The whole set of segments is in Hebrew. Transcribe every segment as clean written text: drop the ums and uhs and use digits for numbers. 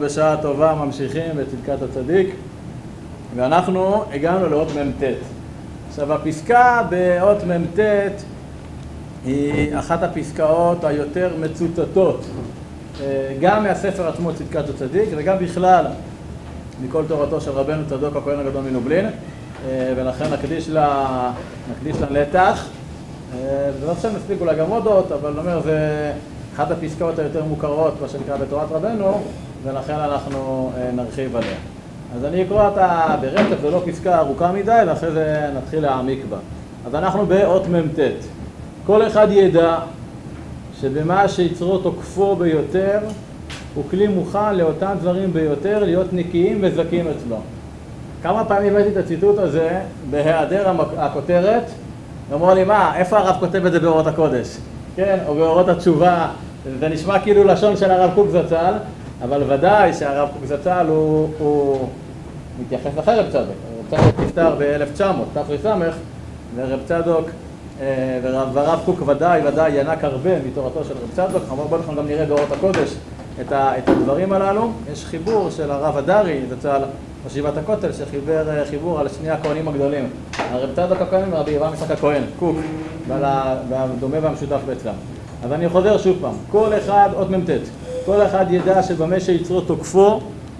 בשעה טובה ממשיכים בצדקת הצדיק, ואנחנו הגענו לאות מ"ט. עכשיו הפסקה באות מ"ט היא אחת הפסקאות היותר מצוטטות, גם מהספר עצמו צדקת הצדיק וגם בכלל מכל תורתו של רבנו צדוק הכהן הגדול מלובלין, ולכן נקדיש לה נתח. זה לא שנספיק אולי גם עוד אות, אבל נאמר זה אחת הפסקאות היותר מוכרות, מה שנקרא בתורת רבנו, ולכן אנחנו נרחיב עליה. אז אני אקרא אותה ברצף, זה לא פסקה ארוכה מדי, ואחרי זה נתחיל להעמיק בה. אז אנחנו באות מ"ט. כל אחד ידע שבמה שיצרו תוקפו ביותר, הוא כלי מוכן לאותם דברים ביותר, להיות נקיים וזכים אצלו. כמה פעמים הבאתי את הציטוט הזה בהיעדר הכותרת, אמרו לי, מה, איפה הרב כותב את זה באורות הקודש? כן, או באורות התשובה. זה נשמע כאילו לשון של הרב קוק זצ"ל, אבל ודאי שהרב קוק זצ"ל הוא מתייחס אחר רב צדוק. רב צדוק נפטר ב-1900, תר"ס, ורב צדוק והרב קוק ודאי ינק הרבה מתורתו של רב צדוק. בואו אנחנו גם נראה באורות הקודש את הדברים הללו. יש חיבור של הרב הדרי זצ"ל בישיבת הכותל, שחיבר חיבור על שני הכהנים הגדולים, הרב צדוק הכהן ורבי אברהם יצחק הכהן, קוק, והדומה והמשותף בעצם. אז אני חוזר שוב פעם, כל אחד, אות מ"ט, כל אחד ידע שבמה שיצרו תוקפו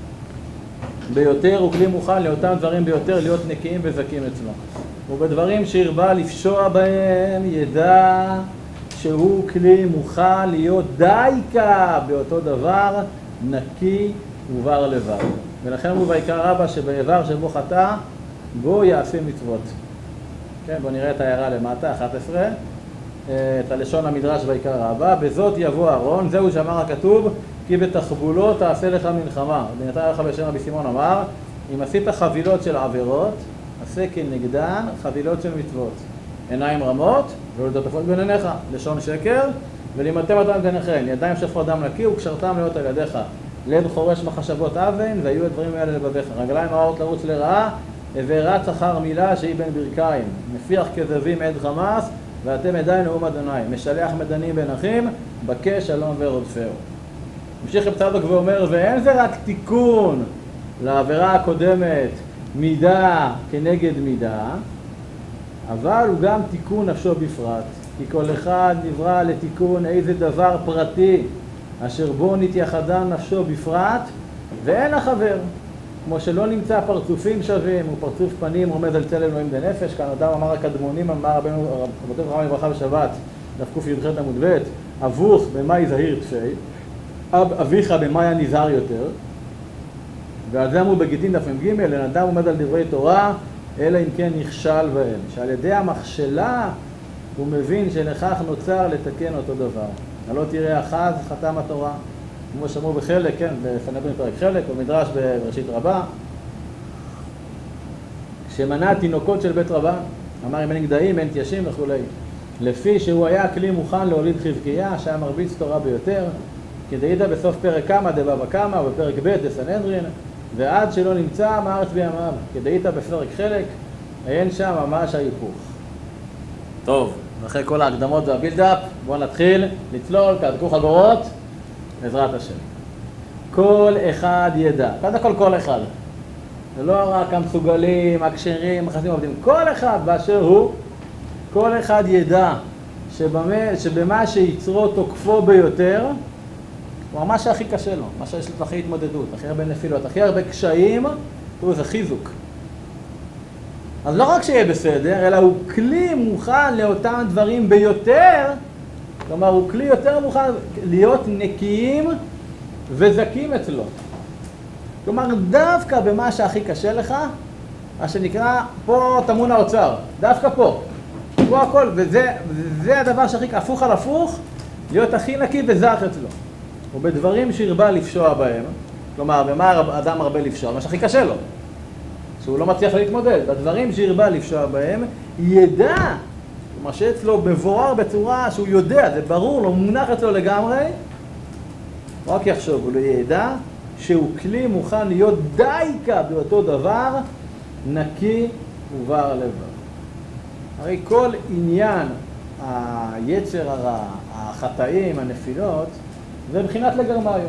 ביותר הוא כלי מוכן לאותם דברים ביותר, להיות נקיים וזכים אצלו. ובדברים שהרבה לפשוע בהם ידע שהוא כלי מוכן להיות דייקה באותו דבר, נקי ובר לבב. ולכן הוא ויקרא רבא שבאיבר שבו חטא, בו יעשה מצוות. כן, בואו נראה את ההערה למטה, 11. את הלשון המדרש ויקרא רבא, בזאת יבוא אהרון, זהו שאמר הכתוב, כי בתחבולות תעשה לך מלחמה. בנתן לך בשם רבי סימון אמר, אם עשית חבילות של עבירות, עשה כנגדן חבילות של מצוות. עיניים רמות ולא תטפות בין עיניך, לשון שקר, ולימדתם אותם ביניכם, ידיים שפכו דם נקי וקשרתם להיות על ידיך. לב חורש מחשבות אבן, והיו הדברים האלה לבביך. רגליים אורות לרוץ לרעה, ורץ אחר מילה שהיא בין ברכיים. מפיח כזבים עד חמאס, ואתם עדיי נאום אדוני. משלח מדנים בין אחים, בקש שלום ורודפהו. ממשיך רב צדוק ואומר, ואין זה רק תיקון לעבירה הקודמת, מידה כנגד מידה, אבל הוא גם תיקון נפשו בפרט. כי כל אחד נברא לתיקון איזה דבר פרטי, אשר בו נתייחדה נפשו בפרט, ואין החבר. כמו שלא נמצא פרצופים שווים, ופרצוף פנים רומז על צלם אלוהים בנפש. כאן אדם אמר הקדמונים, אמר רבנו רבותינו זכרם לברכה בשבת, דף קי"ח עמוד ב', אבוך במאי זהיר תפי, אביך במאי הנזהר יותר. ועל זה אמרו בגיטין דף מ"ג, אין אדם עומד על דברי תורה, אלא אם כן נכשל בהם. שעל ידי המכשלה הוא מבין שלכך נוצר לתקן אותו דבר. הלא תראה אחז חתם התורה, כמו שאמרו בחלק, כן, בסנהדרין פרק חלק, במדרש בראשית רבה, כשמנה תינוקות של בית רבן, אמר אם אין גדיים, אין תיישים וכו'. לפי שהוא היה כלי מוכן להוליד חזקיה, שהיה מרביץ תורה ביותר, כדאית בסוף פרק כמה דבבא קמא, ובפרק ב' בסנהדרין, ועד שלא נמצא מארץ בימיו, כדאית בפרק חלק, אין שם ממש ההיפוך. טוב, אחרי כל ההקדמות והבילדאפ, בואו נתחיל לצלול, כהדקו חגורות, בעזרת השם. כל אחד ידע, קודם כל אחד. זה לא רק המסוגלים, הכשרים, החסים עובדים, כל אחד באשר הוא, כל אחד ידע שבמה שיצרו תוקפו ביותר, הוא מה שהכי קשה לו, מה שיש לו הכי התמודדות, הכי הרבה נפילות, הכי הרבה קשיים, זה חיזוק. אז לא רק שיהיה בסדר, אלא הוא כלי מוכן לאותם דברים ביותר, כלומר הוא כלי יותר מוכן להיות נקיים וזכים אצלו. כלומר דווקא במה שהכי קשה לך, מה שנקרא, פה טמון האוצר, דווקא פה. פה הכל, וזה הדבר שהכי הפוך על הפוך, להיות הכי נקי וזך אצלו. ובדברים שהרבה לפשוע בהם, כלומר במה אדם הרבה לפשוע, מה שהכי קשה לו. שהוא לא מצליח להתמודד, בדברים שהרבה לפשוע בהם, ידע, מה שאצלו מבואר בצורה שהוא יודע, זה ברור לו, מונח אצלו לגמרי, רק יחשוב, הוא לא ידע שהוא כלי מוכן להיות דייקה באותו דבר, נקי ובר לבב. הרי כל עניין היצר הרע, החטאים, הנפילות, זה בחינת לגרמאיו.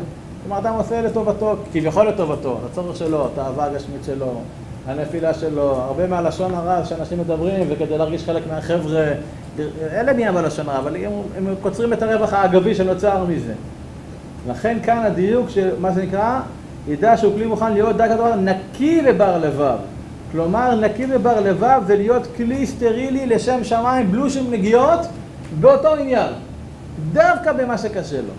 כלומר, אדם עושה לטובתו, כביכול לטובתו, לצורך שלו, את האהבה הגשמית שלו, הנפילה שלו, הרבה מהלשון הרע שאנשים מדברים, וכדי להרגיש חלק מהחבר'ה, אלה מי בלשון הרע, אבל הם קוצרים את הרווח האגבי שנוצר מזה. לכן כאן הדיוק של מה זה נקרא, ידע שהוא כלי מוכן להיות דק הדבר נקי ובר לבב. כלומר, נקי ובר לבב זה להיות כלי סטרילי לשם שמיים, בלו שום נגיעות, באותו עניין. דווקא במה שקשה לו.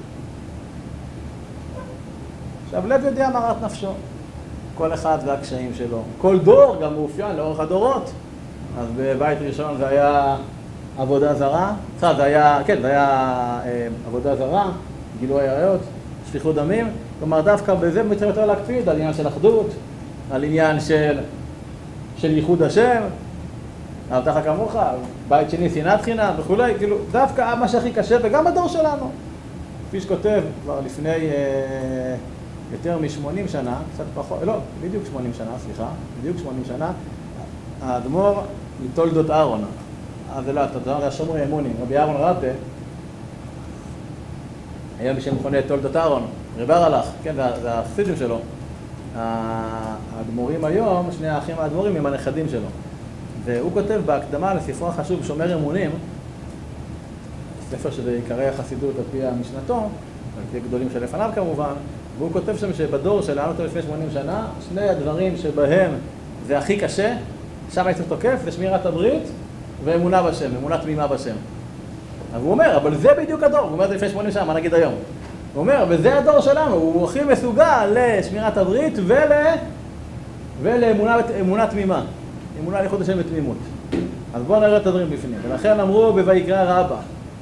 עכשיו, לב יודע מרת נפשו. כל אחד והקשיים שלו. כל דור גם מאופיין לאורך הדורות. אז בבית ראשון זה היה עבודה זרה. זה היה עבודה זרה, גילוי עריות, שפיכות דמים. כלומר, דווקא בזה צריך יותר להקפיד על עניין של אחדות, על עניין של ייחוד השם, אהבתך כמוך, בית שני שנאת חינם וכולי, כאילו, דווקא מה שהכי קשה, וגם בדור שלנו. כפי שכותב כבר לפני יותר מ-80 שנה, קצת פחות, לא, בדיוק 80 שנה, סליחה, בדיוק 80 שנה, האדמו"ר מתולדות אהרון, זה לא, זה השומרי אמונים, רבי אהרון רפה, היה בשם מכונה תולדות אהרון, רבי הלך, כן, זה החסידים שלו. האדמו"רים היום, שני האחים האדמו"רים הם הנכדים שלו. והוא כותב בהקדמה לספרו החשוב שומר אמונים, ספר שזה עיקרי החסידות על פי המשנתו, על פי הגדולים שלפניו כמובן, והוא כותב שם שבדור שלנו אותו לפני 80 שנה, שני הדברים שבהם זה הכי קשה, שם הייתי תוקף, זה שמירת הברית ואמונה בשם, אמונה תמימה בשם. אז הוא אומר, אבל זה בדיוק הדור, הוא אומר את זה לפני 80 שנה, מה נגיד היום? הוא אומר, וזה הדור שלנו, הוא הכי מסוגל לשמירת הברית ולאמונה תמימה. אמונה לייחוד השם בתמימות. אז בואו נראה את הדברים בפנים. ולכן אמרו בויקרא רבה,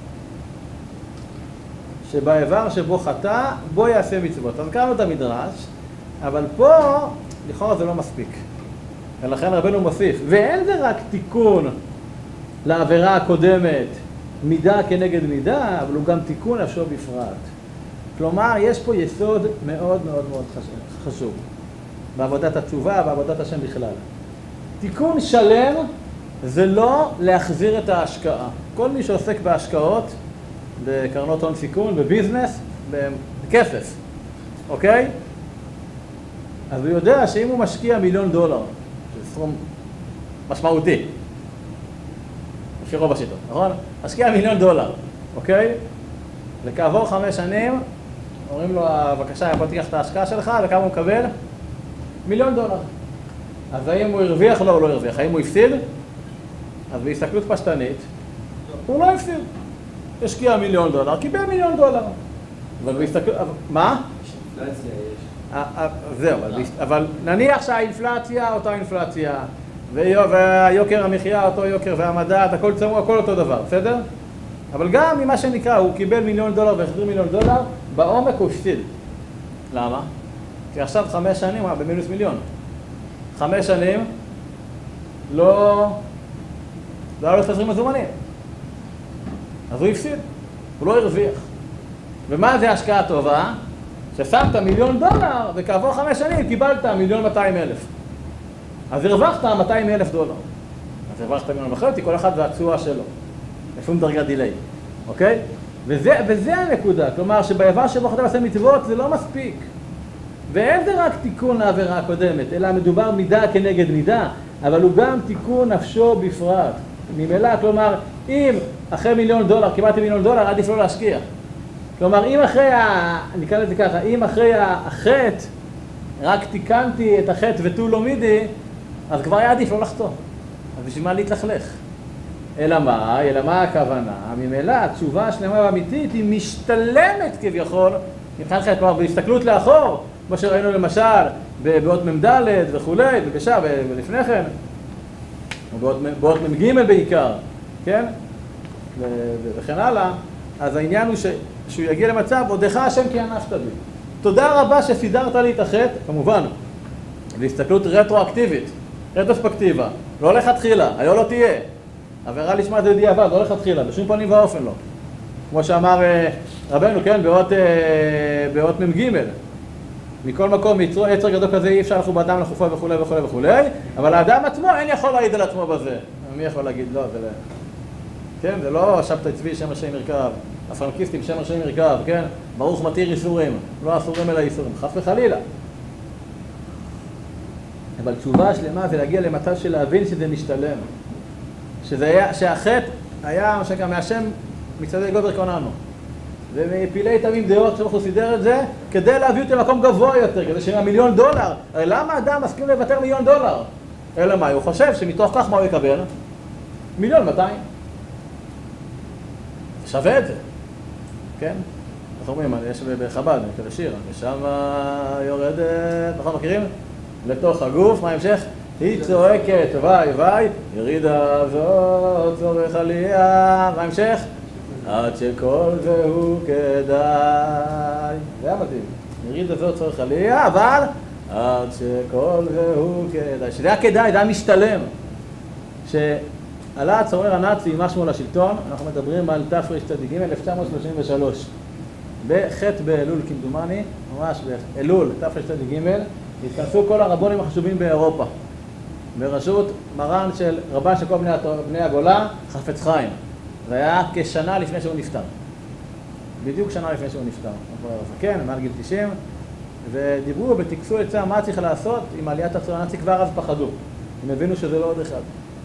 שבאיבר שבו חטא, בו יעשה מצוות. אז קראנו את המדרש, אבל פה, לכאורה זה לא מספיק. ולכן רבנו מוסיף, ואין זה רק תיקון לעבירה הקודמת, מידה כנגד מידה, אבל הוא גם תיקון נפשו בפרט. כלומר, יש פה יסוד מאוד מאוד מאוד חשוב. בעבודת התשובה, בעבודת השם בכלל. תיקון שלם זה לא להחזיר את ההשקעה. כל מי שעוסק בהשקעות, בקרנות הון סיכון, בביזנס, בכסף, אוקיי? אז הוא יודע שאם הוא משקיע $1,000,000, שזה סכום משמעותי, לפי רוב השיטות, נכון? משקיע $1,000,000, אוקיי? וכעבור 5 שנים, אומרים לו, בבקשה, בוא תיקח את ההשקעה שלך, וכמה הוא מקבל? $1,000,000. אז האם הוא הרוויח? לא, הוא לא הרוויח. האם הוא הפסיד? אז בהסתכלות פשטנית, הוא לא הפסיד. השקיע $1,000,000, קיבל $1,000,000. אבל בהסתכלות... מה? אינפלציה יש. זהו, אבל נניח שהאינפלציה אותה אינפלציה, והיוקר המחיה אותו יוקר, והמדד, הכל צמור, הכל אותו דבר, בסדר? אבל גם ממה שנקרא, הוא קיבל $1,000,000 והחזיר $1,000,000, בעומק הוא הפסיד. למה? כי עכשיו 5 שנים הוא היה במינוס 1,000,000. 5 שנים לא היה לו תזרים מזומנים. אז הוא הפסיד, הוא לא הרוויח. ומה זה השקעה טובה? ששמת $1,000,000 וכעבור 5 שנים קיבלת $1,200,000. אז הרווחת $200,000. אז הרווחת $1,500,000, כל אחד והתשואה שלו. לפעמים דרגת דיליי, אוקיי? וזה הנקודה, כלומר שבאיבר שבו חטא ועשה מצוות זה לא מספיק. ואין זה רק תיקון לעבירה הקודמת, אלא מדובר מידה כנגד מידה, אבל הוא גם תיקון נפשו בפרט. ממילא, כלומר, אם אחרי $1,000,000 קיבלתי $1,000,000, עדיף לא להשקיע. כלומר, אם אחרי נקרא לזה ככה, אם אחרי החטא רק תיקנתי את החטא ותו לא מידי, אז כבר היה עדיף לא לחטוא. אז בשביל מה להתלכלך? אלא מה הכוונה? ממילא התשובה השלמה והאמיתית היא משתלמת כביכול, מבחינת חטא, כלומר בהסתכלות לאחור, כמו שראינו למשל באות מ"ד וכולי, ובשעה ולפני כן, או באות מ"ג בעיקר, כן? וכן הלאה, אז העניין הוא שהוא יגיע למצב, עודך השם כי ענפת בי. תודה רבה שסידרת לי את החטא, כמובן, בהסתכלות רטרואקטיבית, רטרוספקטיבה, לא לכתחילה, היו לא תהיה. עבירה לשמה זה בדיעבד, לא לכתחילה, בשום פנים ואופן לא. כמו שאמר רבנו, כן, באות מ"ג. מכל מקום, יצר גדול כזה אי אפשר לחו באדם לחופה וכולי וכולי וכולי, אבל האדם עצמו אין יכול להעיד על עצמו בזה. מי יכול להגיד? לא, זה לא... כן, זה לא שבתאי צבי שם השם ירכב. הפרנקיסטים, שם השם ירכב, כן? ברוך מתיר איסורים, לא אסורים אלא איסורים, חס וחלילה. אבל תשובה שלמה זה להגיע למצב של להבין שזה משתלם. שהחטא היה מה שנקרא מהשם מצעדי גובר קוננו. ומפילי תמים דעות שאנחנו סידר את זה כדי להביא אותי למקום גבוה יותר, כדי שיהיה $1,000,000. הרי למה אדם מסכים לוותר $1,000,000? אלא מה? הוא חושב שמתוך כך מה הוא יקבל? $1,200,000. שווה את זה, כן? אנחנו אומרים, יש בחב"ד, כזה שיר, ושם יורדת, נכון מכירים? לתוך הגוף, מה ההמשך? היא צועקת, וואי וואי, ירידה זאת צורך עלייה, מה ההמשך? עד שכל זהו כדאי. זה היה מדהים. ירידה זאת צורך עלייה, אבל עד שכל זהו כדאי. שזה היה כדאי, זה היה משתלם. שעלה הצורר הנאצי עם משהו לשלטון, אנחנו מדברים על תרצ"ג 1933. בחטא באלול כמדומני, ממש באלול תרצ"ג, התכנסו כל הרבונים החשובים באירופה. בראשות מרן של רבן של כל בני הגולה, חפץ חיים. זה היה כשנה לפני שהוא נפטר. בדיוק שנה לפני שהוא נפטר. הוא כבר זקן, מעל גיל 90, ודיברו וטקסו עצה מה צריך לעשות עם עליית הצורר הנאצי, כבר אז פחדו. הם הבינו שזה לא עוד אחד.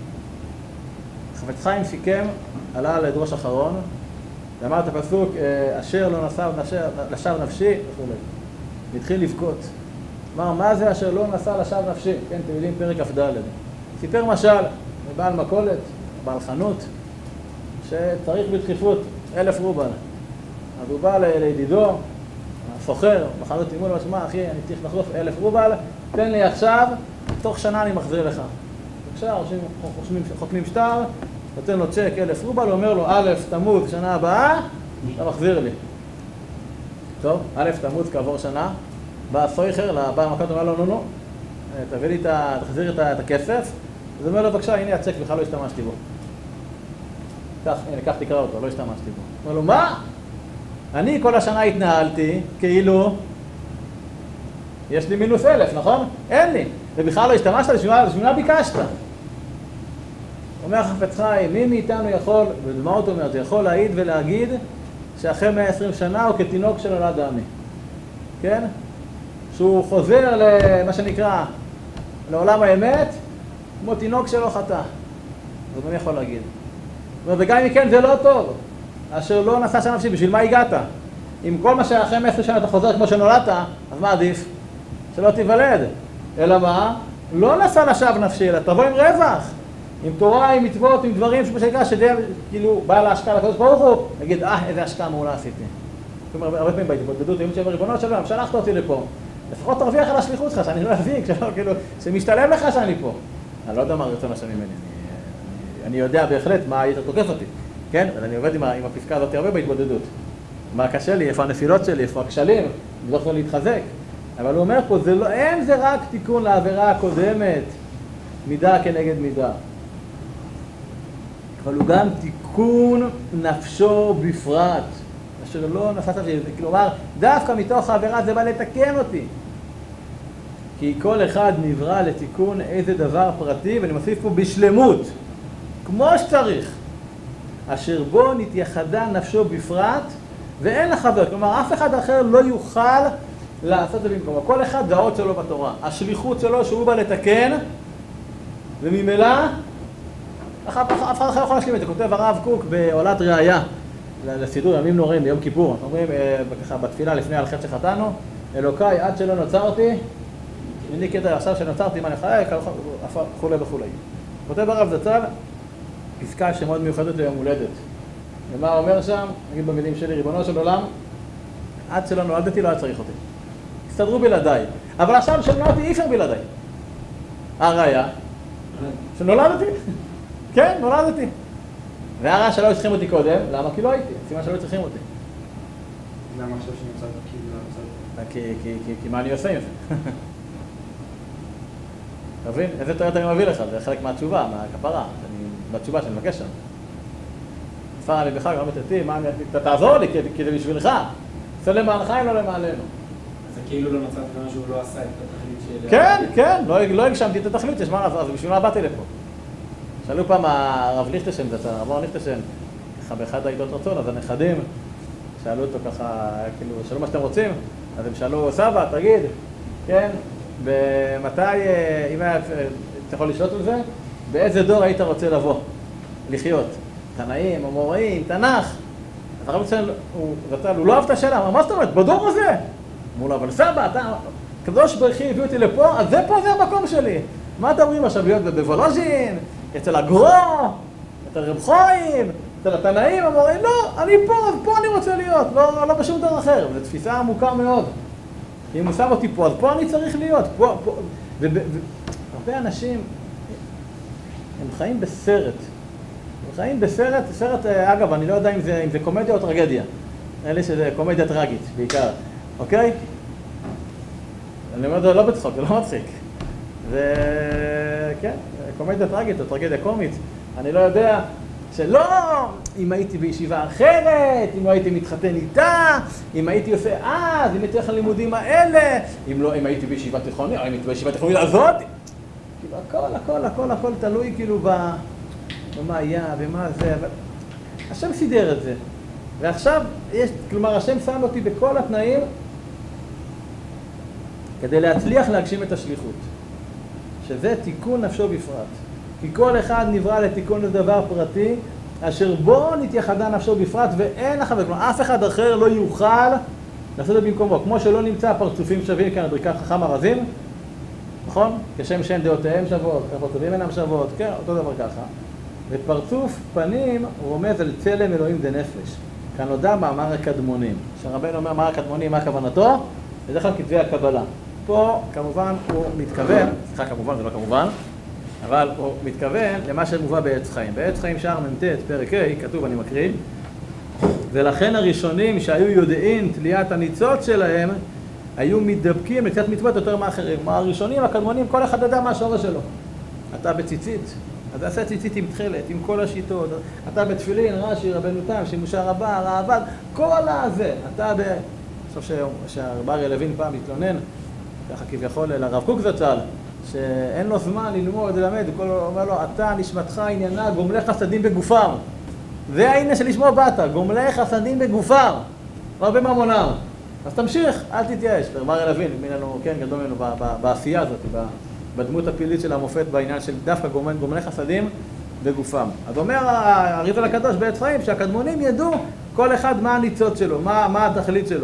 חפץ חיים סיכם, עלה לדרוש אחרון, ואמר את הפסוק, אשר לא לשווא נפשי, וכו'. והתחיל לבכות. אמר, מה זה אשר לא נסע לשווא נפשי? כן, אתם יודעים, פרק כ"ד. סיפר משל, מבעל מכולת, בעל חנות, שצריך בדחיפות 1,000 רובל. אז הוא בא לידידו, הסוחר, בחנות אימון, משמע, אחי, אני צריך לחלוף 1,000 רובל, תן לי עכשיו, תוך שנה אני מחזיר לך. בבקשה, חותמים שטר, נותן לו צ'ק 1,000 רובל, הוא אומר לו, א' תמוז, שנה הבאה, אתה מחזיר לי. טוב, א' תמוז כעבור שנה, בא הסוחר, לבעל המכולת, אומר לו, נו, תביא לי, תחזיר את הכסף, אז הוא אומר לו, בבקשה, הנה הצ'ק, בכלל לא השתמשתי בו. הנה, כך תקרא אותו, לא השתמשתי בו. אומר לו, מה? אני כל השנה התנהלתי, כאילו, יש לי מינוס 1,000, נכון? אין לי. ובכלל לא השתמשת, לשמינה ביקשת. אומר חפץ חיים, מי מאיתנו יכול, ודמעות אומרת, יכול להעיד ולהגיד שאחרי 120 שנה הוא כתינוק שנולד עמי. כן? שהוא חוזר למה שנקרא, לעולם האמת, כמו תינוק שלא חטא. זאת אני יכול להגיד. וגם אם כן זה לא טוב, אשר לא נסע שם נפשי, בשביל מה הגעת? אם כל מה שאחרי 120 שנה אתה חוזר כמו שנולדת, אז מה עדיף? שלא תיוולד. אלא מה? לא נסע לשווא נפשי, אלא תבוא עם רווח. עם תורה, עם מצוות, עם דברים שבשקע שזה כאילו בא להשקעה לקדוש ברוך הוא, נגיד, איזה השקעה מעולה עשיתי. כלומר, הרבה פעמים בהתבודדות, אם תשאר ריבונו שלום, שלחת אותי לפה. לפחות תרוויח על השליחות שלך, שאני לא אביא, כאילו, שמשתלם לך שאני פה. אני לא יודע מה רצון השם ממני, אני יודע בהחלט מה היית תוקף אותי, כן? אבל אני עובד עם הפסקה הזאת הרבה בהתבודדות. מה קשה לי, איפה הנפילות שלי, איפה הכשלים, אני לא יכול להתחזק. אבל הוא אומר פה, אין זה רק תיקון לעבירה הקודמת, מידה כנגד מידה. אבל הוא גם תיקון נפשו בפרט, אשר לא נפת נפשי, כלומר, דווקא מתוך העבירה זה בא לתקן אותי. כי כל אחד נברא לתיקון איזה דבר פרטי, ואני מוסיף פה בשלמות, כמו שצריך, אשר בו נתייחדה נפשו בפרט, ואין לחבר, כלומר, אף אחד אחר לא יוכל לעשות את זה במקומו. כל אחד זה האות שלו בתורה, השליחות שלו שהוא בא לתקן, וממילא, אף אחד אחר יכול להשלים את זה. כותב הרב קוק בעולת ראיה, לסידור ימים נוראים ביום כיפור. אנחנו אומרים ככה בתפילה לפני על חטא שחטאנו, אלוקיי עד שלא נוצרתי, אני קטע עכשיו שנוצרתי מה נחיה, וכולי וכולי. כותב הרב זצ"ל, פסקה שמאוד מיוחדת ליום הולדת. ומה אומר שם? נגיד במילים שלי, ריבונו של עולם, עד שלא נולדתי לא היה צריך אותי. הסתדרו בלעדיי. אבל עכשיו שנולדתי אי אפשר בלעדיי. הראיה, שנולדתי. כן, נולדתי. והרע שלא צריכים אותי קודם, למה? כי לא הייתי, סימן שלא צריכים אותי. למה עכשיו שנוצרת כי לא נוצרת? כי מה אני עושה עם זה? אתה מבין? איזה תורת אני מביא לך? זה חלק מהתשובה, מהכפרה, מהתשובה שאני מבקש שם. עפר עלי בך, גם מתתי, תעזור לי, כי זה בשבילך. עושה למענך אם לא למעננו. זה כאילו לא נוצרת כמה שהוא לא עשה את התכלית של... כן, כן, לא הגשמתי את התכלית, יש מה לעשות, אז בשביל מה באתי לפה? שאלו פעם הרב ליכטנשטיין, הרב ליכטנשטיין, ככה באחד העיתות רצון, אז הנכדים שאלו אותו ככה, כאילו, שאלו מה שאתם רוצים, אז הם שאלו, סבא, תגיד, כן, ומתי, אם היה, אתה יכול לשאול על זה, באיזה דור היית רוצה לבוא, לחיות? תנאים, אמוראים, תנ"ך. אז הרב יצחק, הוא לא אהב את השאלה, אמר, מה זאת אומרת, בדור הזה? אמרו לו, אבל סבא, אתה, קדוש ברכי הביא אותי לפה, אז זה פה, זה המקום שלי. מה אתם אומרים עכשיו, להיות בוולוז'ין, אצל הגרו, אצל רב חיים, אצל התנאים, אמרו, לא, אני פה אני רוצה להיות, לא בשום דבר אחר. וזו תפיסה עמוקה מאוד. אם הוא שם אותי פה, אז פה אני צריך להיות. הרבה אנשים, הם חיים בסרט. הם חיים בסרט, אגב, אני לא יודע אם זה קומדיה או טרגדיה. נראה לי שזה קומדיה טרגית, בעיקר. אוקיי? אני אומר את זה לא בצחוק, זה לא מצחיק. זה, כן, קומדיה טרגית או טרגדיה קומית. אני לא יודע שלא, אם הייתי בישיבה אחרת, אם לא הייתי מתחתן איתה, אם הייתי עושה אז, אם הייתי הולך ללימודים האלה, אם הייתי בישיבה תיכונית, או אם הייתי בישיבה תיכונית הזאת. כאילו, הכל תלוי כאילו במה היה, במה זה, אבל השם סידר את זה. ועכשיו יש, כלומר, השם שם אותי בכל התנאים כדי להצליח להגשים את השליחות. שזה תיקון נפשו בפרט. כי כל אחד נברא לתיקון לדבר פרטי, אשר בו נתייחדה נפשו בפרט ואין אחר. כלומר, אף אחד אחר לא יוכל לעשות את במקומו. כמו שלא נמצא פרצופים שווים כאן ברכת חכם ארזים, נכון? כשם שאין דעותיהם שוות, הפרצופים אינם שוות, כן, אותו דבר ככה. ופרצוף פנים הוא רומז על צלם אלוהים דנפש. כאן נודע מאמר הקדמונים. כשהרבנו אומר מאמר הקדמונים, מה כוונתו? בדרך כלל כתבי הקבלה. פה כמובן הוא מתכוון, סליחה כמובן, זה לא כמובן, אבל הוא מתכוון למה שמובא בעץ חיים. בעץ חיים שער מ"ט, פרק ה', כתוב, אני מקריא, ולכן הראשונים שהיו יודעים תליית הניצוץ שלהם, היו מתדבקים לקצת מצוות יותר מאחרים. הראשונים, הקדמונים, כל אחד ידע מה השורש שלו. אתה בציצית, אז תעשה ציצית עם תכלת, עם כל השיטות. אתה בתפילין, רש"י, רבנו תם, שימושה רבה, ראב"ד, כל הזה. אתה בסוף שהרב אריה לוין פעם התלונן, ככה כביכול לרב קוק זצ"ל, שאין לו זמן ללמוד, ללמד, הוא אומר לו, אתה נשמתך עניינה גומלי חסדים בגופם. זה העניין שלשמו באת, גומלי חסדים בגופם, לא בממונם. אז תמשיך, אל תתייאש. רב אריה לוין, כן, גדול ממנו בעשייה הזאת, בדמות הפעילית של המופת בעניין של דווקא גומלי חסדים בגופם. אז אומר הרי"ל הקדוש בעץ חיים שהקדמונים ידעו כל אחד מה הניצוץ שלו, מה התכלית שלו.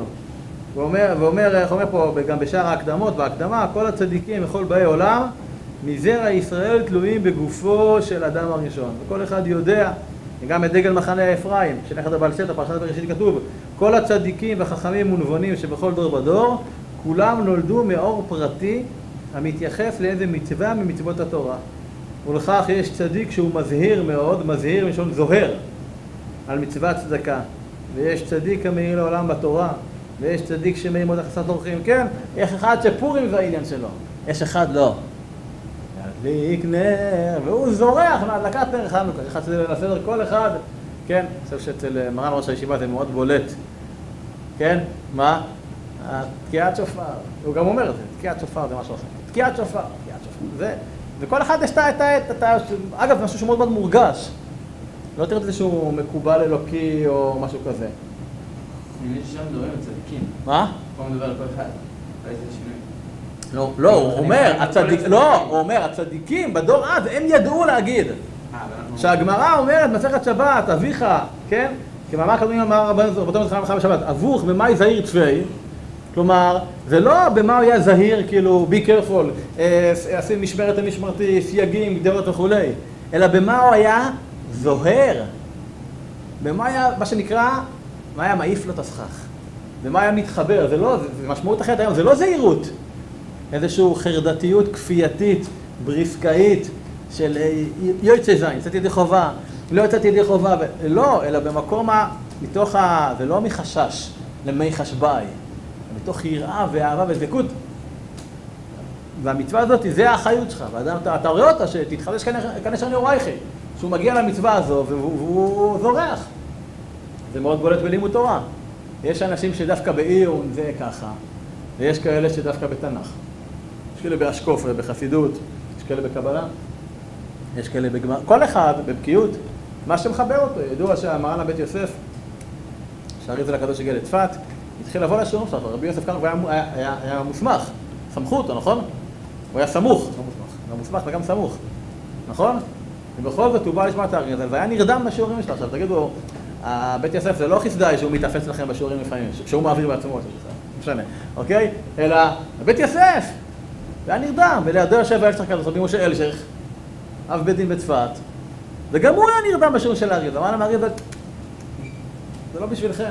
ואומר, איך אומר פה גם בשאר ההקדמות, בהקדמה, כל הצדיקים וכל באי עולם, מזרע ישראל תלויים בגופו של אדם הראשון. וכל אחד יודע, גם את דגל מחנה אפרים, שנכד הבעל שטח, פרשת בראשית כתוב, כל הצדיקים והחכמים ונבונים שבכל דור ודור, כולם נולדו מאור פרטי המתייחס לאיזה מצווה ממצוות התורה. ולכך יש צדיק שהוא מזהיר מאוד, מזהיר משון זוהר, על מצוות צדקה. ויש צדיק המאיר לעולם בתורה, ויש צדיק שמאיר מאוד הכנסת אורחים. כן, יש אחד שפורים זה העניין שלו, יש אחד לא. להדליק נר, והוא זורח מהדלקת נר חנוכה. אחד שזה לסדר כל אחד, כן, אני חושב שאצל מרן ראש הישיבה זה מאוד בולט. כן, מה? תקיעת שופר, הוא גם אומר את זה, תקיעת שופר זה משהו אחר. תקיעת שופר, זה, וכל אחד יש את ה... אגב, משהו שמאוד מאוד מורגש. לא תראה את זה שהוא מקובל אלוקי או משהו כזה. אני מבין ששם מדברים על צדיקים. מה? פה מדבר על כל אחד. איזה שינוי. לא, הוא אומר, הצדיקים בדור אז, הם ידעו להגיד. שהגמרא אומרת, מסכת שבת, אביך, כן? כמאמר קדמונים אמר רבותינו זכרם בשבת, אבוך במאי זהיר צפי, כלומר, זה לא במה הוא היה זהיר, כאילו, be careful, עשים משמרת למשמרתי, סייגים, גדרות וכו', אלא במה הוא היה זוהר. במה היה, מה שנקרא, מה היה מעיף לו את הסכך. במה היה מתחבר, זה לא, זה משמעות אחרת היום, זה לא זהירות. איזושהי חרדתיות כפייתית, בריסקאית, של יוצא זין, יצאתי ידי חובה, לא יצאתי ידי חובה, לא, אלא במקום מתוך זה לא מחשש למי חשבאי, מתוך יראה ואהבה ודבקות. והמצווה הזאת, זה האחריות שלך, ואדם, אתה רואה אותה שתתחדש כנשן יורייכי, שהוא מגיע למצווה הזו והוא זורח. זה מאוד בולט בלימוד תורה. יש אנשים שדווקא בעיון זה ככה, ויש כאלה שדווקא בתנ"ך. יש כאלה באשקוף, בחסידות, יש כאלה בקבלה, יש כאלה בגמר. כל אחד בבקיאות, מה שמחבר אותו. ידוע שהמרן הבית יוסף, שהאריזל הקדוש הגיע לצפת, התחיל לבוא לשיעורים שלו, רבי יוסף קארו היה מוסמך, סמכו אותו, נכון? הוא היה סמוך, לא מוסמך, לא מוסמך וגם סמוך, נכון? ובכל זאת הוא בא לשמוע את האריזל, והיה נרדם בשיעורים שלו. עכשיו תגידו, בית יוסף זה לא חסדאי שהוא מתאפס לכם בשיעורים לפעמים, שהוא מעביר בעצמו, משנה, אוקיי? אלא בית יוסף, והיה נרדם, ולידו יושב האלשך כזה, רבי משה אלשך, אב בית דין בצפת, וגם הוא היה נרדם בשיעור של האריזל. אמר להם האריזל, זה לא בשבילכם.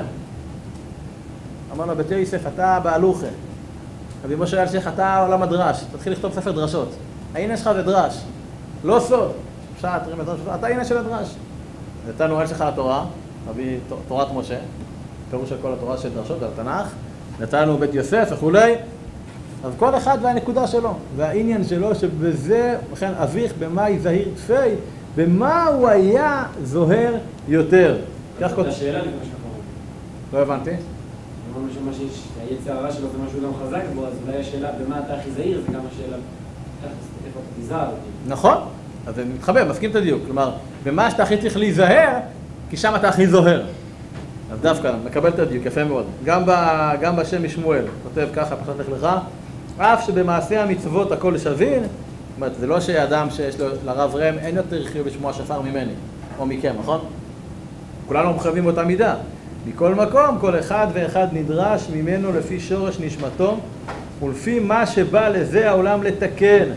אמר לו, בית יוסף, אתה בהלוכה. רבי משה אלשך, אתה עולם הדרש, תתחיל לכתוב ספר דרשות. העניין שלך זה דרש, לא סוד. פשט, אתה העניין של הדרש. נתנו אלשך על התורה, רבי תורת משה, פירוש של כל התורה של דרשות, על התנ"ך. נתנו בית יוסף וכולי. אז כל אחד והנקודה שלו, והעניין שלו שבזה, לכן אביך במאי זהיר תפי, במה הוא היה זוהר יותר. זאת השאלה לפני שאנחנו לא הבנתי. אמרנו שמה שיש, היצר הרע שלו זה משהו גם חזק בו, אז אולי השאלה במה אתה הכי זהיר, זה גם השאלה איפה אתה תיזהר. נכון, אז זה מתחבר, מסכים את הדיוק. כלומר, במה שאתה הכי צריך להיזהר, כי שם אתה הכי זוהר. אז דווקא, מקבל את הדיוק, יפה מאוד. גם בשם משמואל, כותב ככה, פרשת לך לך, אף שבמעשה המצוות הכל שווין, זאת אומרת, זה לא שאדם שיש לו לרב רם, אין יותר חיוב לשמוע שפר ממני, או מכם, נכון? כולנו מחייבים באותה מידה. מכל מקום, כל אחד ואחד נדרש ממנו לפי שורש נשמתו, ולפי מה שבא לזה העולם לתקן.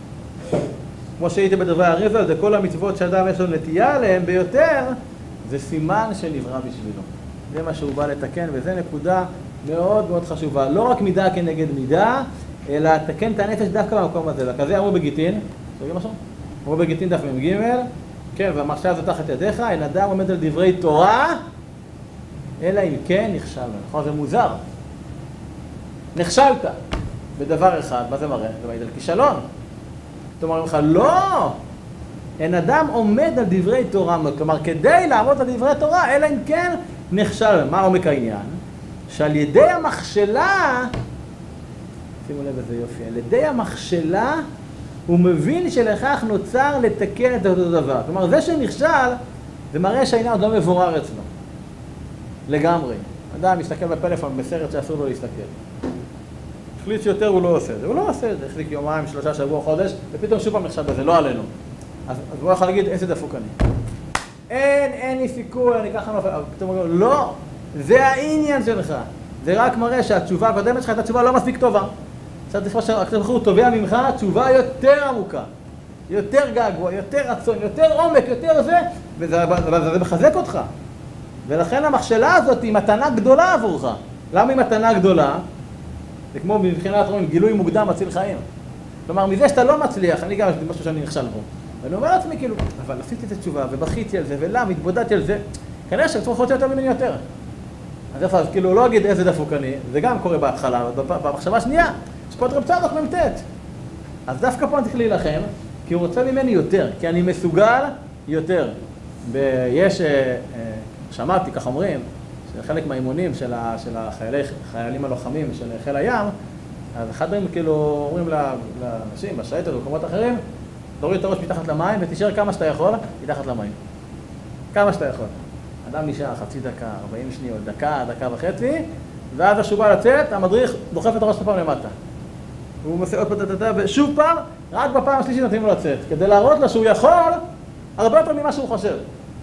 כמו שהייתי בדברי האריזל, זה כל המצוות שאדם יש לו נטייה עליהם ביותר, זה סימן שנברא בשבילו. זה מה שהוא בא לתקן, וזה נקודה מאוד מאוד חשובה. לא רק מידה כנגד מידה, אלא תקן את הנפש דווקא במקום הזה. וכזה אמרו בגיטין, שומעים משהו? אמרו בגיטין דף מ"ג, כן, והמחשבה הזאת תחת ידיך, אין אדם עומד על דברי תורה, אלא אם כן נכשל. נכון, זה מוזר. נכשלת בדבר אחד, מה זה מראה? זה מעיד על כישלון. זאת אומרת לך, לא! אין אדם עומד על דברי תורה, כלומר, כדי לעמוד על דברי תורה, אלא אם כן נכשל. מה עומק העניין? שעל ידי המכשלה, שימו לב איזה יופי, על ידי המכשלה, הוא מבין שלכך נוצר לתקן את אותו דבר. כלומר, זה שנכשל, זה מראה שהעניין עוד לא מבורר אצלו. לגמרי. אדם מסתכל בפלאפון בסרט שאסור לו להסתכל. החליט שיותר הוא לא עושה את זה. הוא לא עושה את זה. החליק יומיים, 3 שבוע, חודש, ופתאום שוב פעם נכשל בזה, לא עלינו. אז הוא יכול להגיד, איזה דפוק אני. אין לי סיכוי, אני ככה נופל. פתאום הוא אומר, לא, זה העניין שלך. זה רק מראה שהתשובה הקודמת שלך הייתה תשובה לא מספיק טובה. עכשיו תשמע שהקדוש ברוך הוא תובע ממך תשובה יותר עמוקה, יותר געגוע, יותר רצון, יותר עומק, יותר זה, וזה מחזק אותך. ולכן המכשלה הזאת היא מתנה גדולה עבורך. למה היא מתנה גדולה? זה כמו מבחינת רואים, גילוי מוקדם מציל חיים. כלומר, מזה שאתה לא מצליח, אני גם יש לי משהו שאני נכשל בו. ואני אומר לעצמי כאילו, אבל עשיתי את התשובה ובכיתי על זה, ולמה, התבודדתי על זה, כנראה שהקדוש רוצה יותר ממני יותר. אז כאילו לא אגיד איזה דפוק אני, זה גם קורה בהתחלה, במחשבה השנייה, יש פה את רב צדוק מ"ט. אז דווקא פה אני צריך להילחם, כי הוא רוצה ממני יותר, כי אני מסוגל יותר. יש, שמעתי, כך אומרים, שחלק מהאימונים של החיילים הלוחמים של חיל הים, אז אחד מהם כאילו אומרים לאנשים, בשייטות ובמקומות אחרים, תוריד את הראש מתחת למים ותישאר כמה שאתה יכול, מתחת למים. כמה שאתה יכול. אדם נשאר חצי דקה, 40 שניות, דקה, דקה וחצי, ואז כשהוא בא לצאת, המדריך דוחף את הראש פעם למטה. הוא עושה עוד פתתתה, ושוב פעם, רק בפעם השלישית נותנים לו לצאת, כדי להראות לו שהוא יכול הרבה יותר ממה שהוא חושב.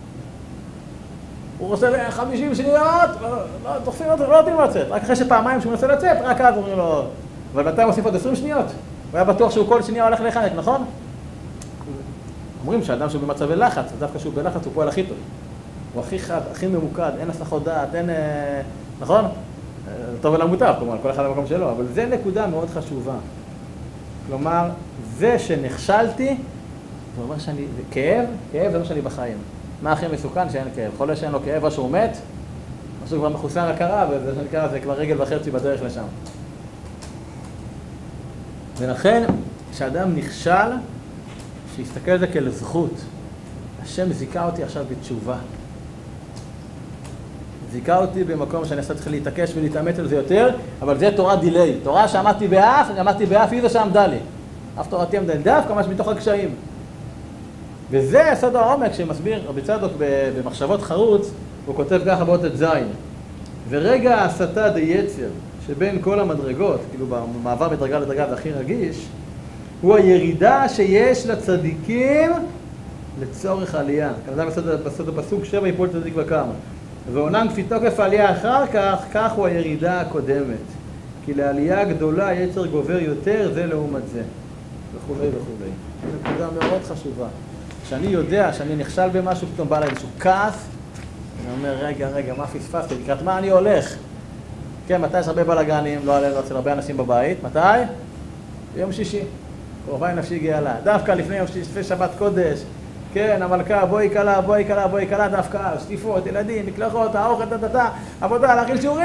הוא עושה 50 שניות, דוחפים אותו, לא נותנים לו לצאת. רק אחרי שפעמיים שהוא מנסה לצאת, רק אז אומרים לו, אבל מתי הוא מוסיף עוד 20 שניות? הוא היה בטוח שהוא כל שנייה הולך להיחנק, נכון? אומרים שאדם שהוא במצבי לחץ, דווקא שהוא בלחץ הוא פועל הכי טוב. הוא הכי חד, הכי ממוקד, אין הסחות דעת, אין... נכון? טוב ולמוטב, כלומר, כל אחד במקום שלו, אבל זה נקודה מאוד חשובה. כלומר, זה שנכשלתי, זה אומר שאני... כאב זה אומר שאני בחיים. מה הכי מסוכן? שאין כאב. חולה שאין לו כאב, או שהוא מת, או שהוא כבר מחוסן הכרה, וזה שנקרא, זה כבר רגל וחצי בדרך לשם. ולכן, כשאדם נכשל, שיסתכל על זה כאל זכות. השם זיכה אותי עכשיו בתשובה. זיכה אותי במקום שאני צריך להתעקש ולהתאמץ על זה יותר, אבל זה תורה דילי. תורה שעמדתי באף, היא זה שעמדה לי. אף תורתי עמדה לי, דווקא ממש מתוך הקשיים. וזה יסוד העומק שמסביר רבי צדוק במחשבות חרוץ, הוא כותב ככה באות את זין. ורגע ההסתה דייצר שבין כל המדרגות, כאילו במעבר מדרגה לדרגה זה הכי רגיש, הוא הירידה שיש לצדיקים לצורך עלייה. כנראה בסוד הפסוק 7 יפול צדיק וקם. ועונן כפי תוקף העלייה אחר כך, כך הוא הירידה הקודמת. כי לעלייה גדולה יצר גובר יותר זה לעומת זה. וכולי וכולי. זו נקודה מאוד חשובה. כשאני יודע שאני נכשל במשהו, פתאום בא לה איזשהו כעס, אני אומר, רגע, מה פספסתי? לקראת מה אני הולך? כן, מתי יש הרבה בלגנים, לא עלינו אצל הרבה אנשים בבית? מתי? ביום שישי. קרובי נפשי גאלה. דווקא לפני יום שישי, לפני שבת קודש, כן, המלכה, בואי קלה, דווקא, שטיפות, ילדים, מקלחות, האוכל, עבודה, להכיל שיעורים!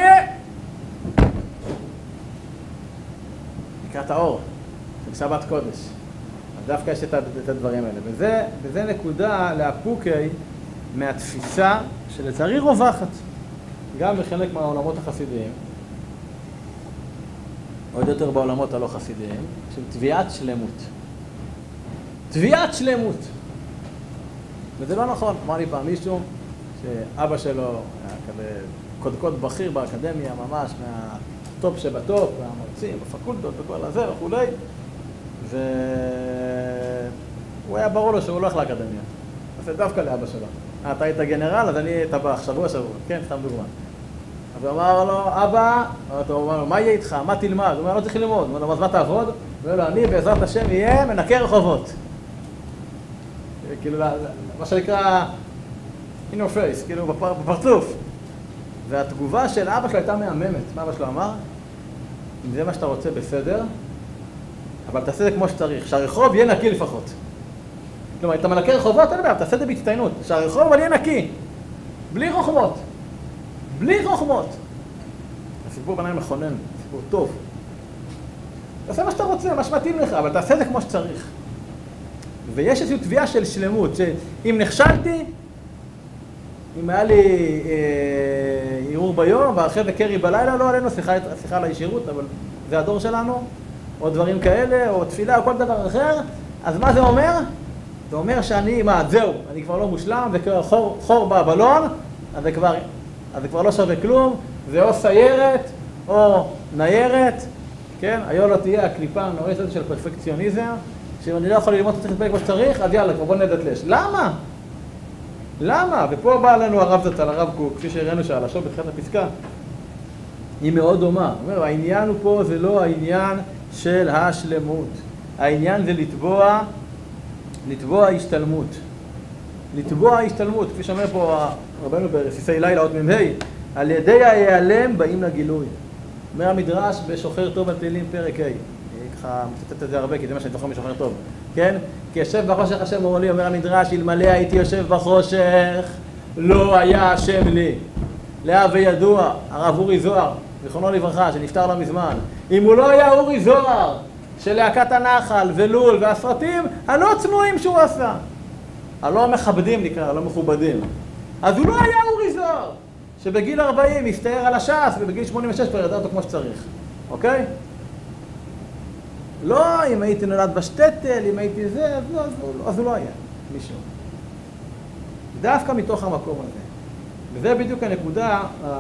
לקראת האור, של שבת קודש. אז דווקא יש את הדברים האלה. וזה נקודה לאפוקי מהתפיסה שלצערי רווחת, גם בחלק מהעולמות החסידיים, עוד יותר בעולמות הלא חסידיים, של תביעת שלמות. תביעת שלמות. וזה לא נכון. אמר לי פעם מישהו שאבא שלו היה כזה קודקוד בכיר באקדמיה, ממש מהטופ שבטופ, והמרצים, בפקולטות וכל הזה וכולי, והוא היה ברור לו שהוא הולך לאקדמיה. אז זה דווקא לאבא שלו. אתה היית גנרל, אז אני טבח, שבוע, כן, סתם דוגמה. אז הוא אמר לו, אבא, הוא אמר לו, מה יהיה איתך? מה תלמד? הוא אומר, לא צריך ללמוד. הוא אומר לו, אז מה תעבוד? הוא אומר לו, אני בעזרת השם יהיה מנקה רחובות. כאילו, מה שנקרא, in your face, כאילו, בפרצוף. והתגובה של אבא שלו הייתה מהממת. מה אבא שלו אמר? אם זה מה שאתה רוצה, בסדר, אבל תעשה זה כמו שצריך. שהרחוב יהיה נקי לפחות. כלומר, אתה מנקה רחובות, אין בעיה, תעשה את זה בהצטיינות. שהרחוב אבל יהיה נקי. בלי רחובות. בלי חוכמות. הסיפור בעיניי מכונן, סיפור טוב. תעשה מה שאתה רוצה, מה שמתאים לך, אבל תעשה זה כמו שצריך. ויש איזושהי תביעה של שלמות, שאם נכשלתי, אם היה לי ערעור ביום, ואחרי זה קרי בלילה, לא עלינו, סליחה על הישירות, אבל זה הדור שלנו, או דברים כאלה, או תפילה, או כל דבר אחר, אז מה זה אומר? זה אומר שאני, זהו, אני כבר לא מושלם, זה חור בבלון, אז זה כבר לא שווה כלום, זה או סיירת או ניירת, כן? היום לא תהיה הקליפה הנוראית הזאת של פרפקציוניזם, שאם אני לא יכול ללמוד את זה כמו שצריך, אז יאללה, כבר בוא נדטלש. למה? למה? ופה בא לנו הרב זצ"ל, הרב קוק, כפי שהראינו שהלשון בתחילת הפסקה, היא מאוד דומה. הוא אומר, העניין הוא פה זה לא העניין של השלמות. העניין זה לתבוע השתלמות. לתבוע השתלמות, כפי שאומר פה רבנו ברסיסי לילה עוד מ"ה, על ידי ההיעלם באים לגילוי. אומר המדרש בשוחר טוב על תהילים פרק ה'. ככה מצטט את זה הרבה, כי זה מה שאני זוכר משוחר טוב. כן? כי יושב בחושך השם אמרו לי, אומר המדרש, אלמלא הייתי יושב בחושך, לא היה השם לי. להווה ידוע, הרב אורי זוהר, זיכרונו לברכה, שנפטר לא מזמן. אם הוא לא היה אורי זוהר, של להקת הנחל ולול והסרטים, הלא צנועים שהוא עשה. הלא מכבדים נקרא, הלא מכובדים. אז הוא לא היה אורי זוהר, שבגיל 40 הסתער על הש"ס, ובגיל 86 כבר ידע אותו כמו שצריך. אוקיי? לא, אם הייתי נולד בשטטל, אם הייתי זה, אז הוא לא היה מישהו. דווקא מתוך המקום הזה. וזה בדיוק הנקודה,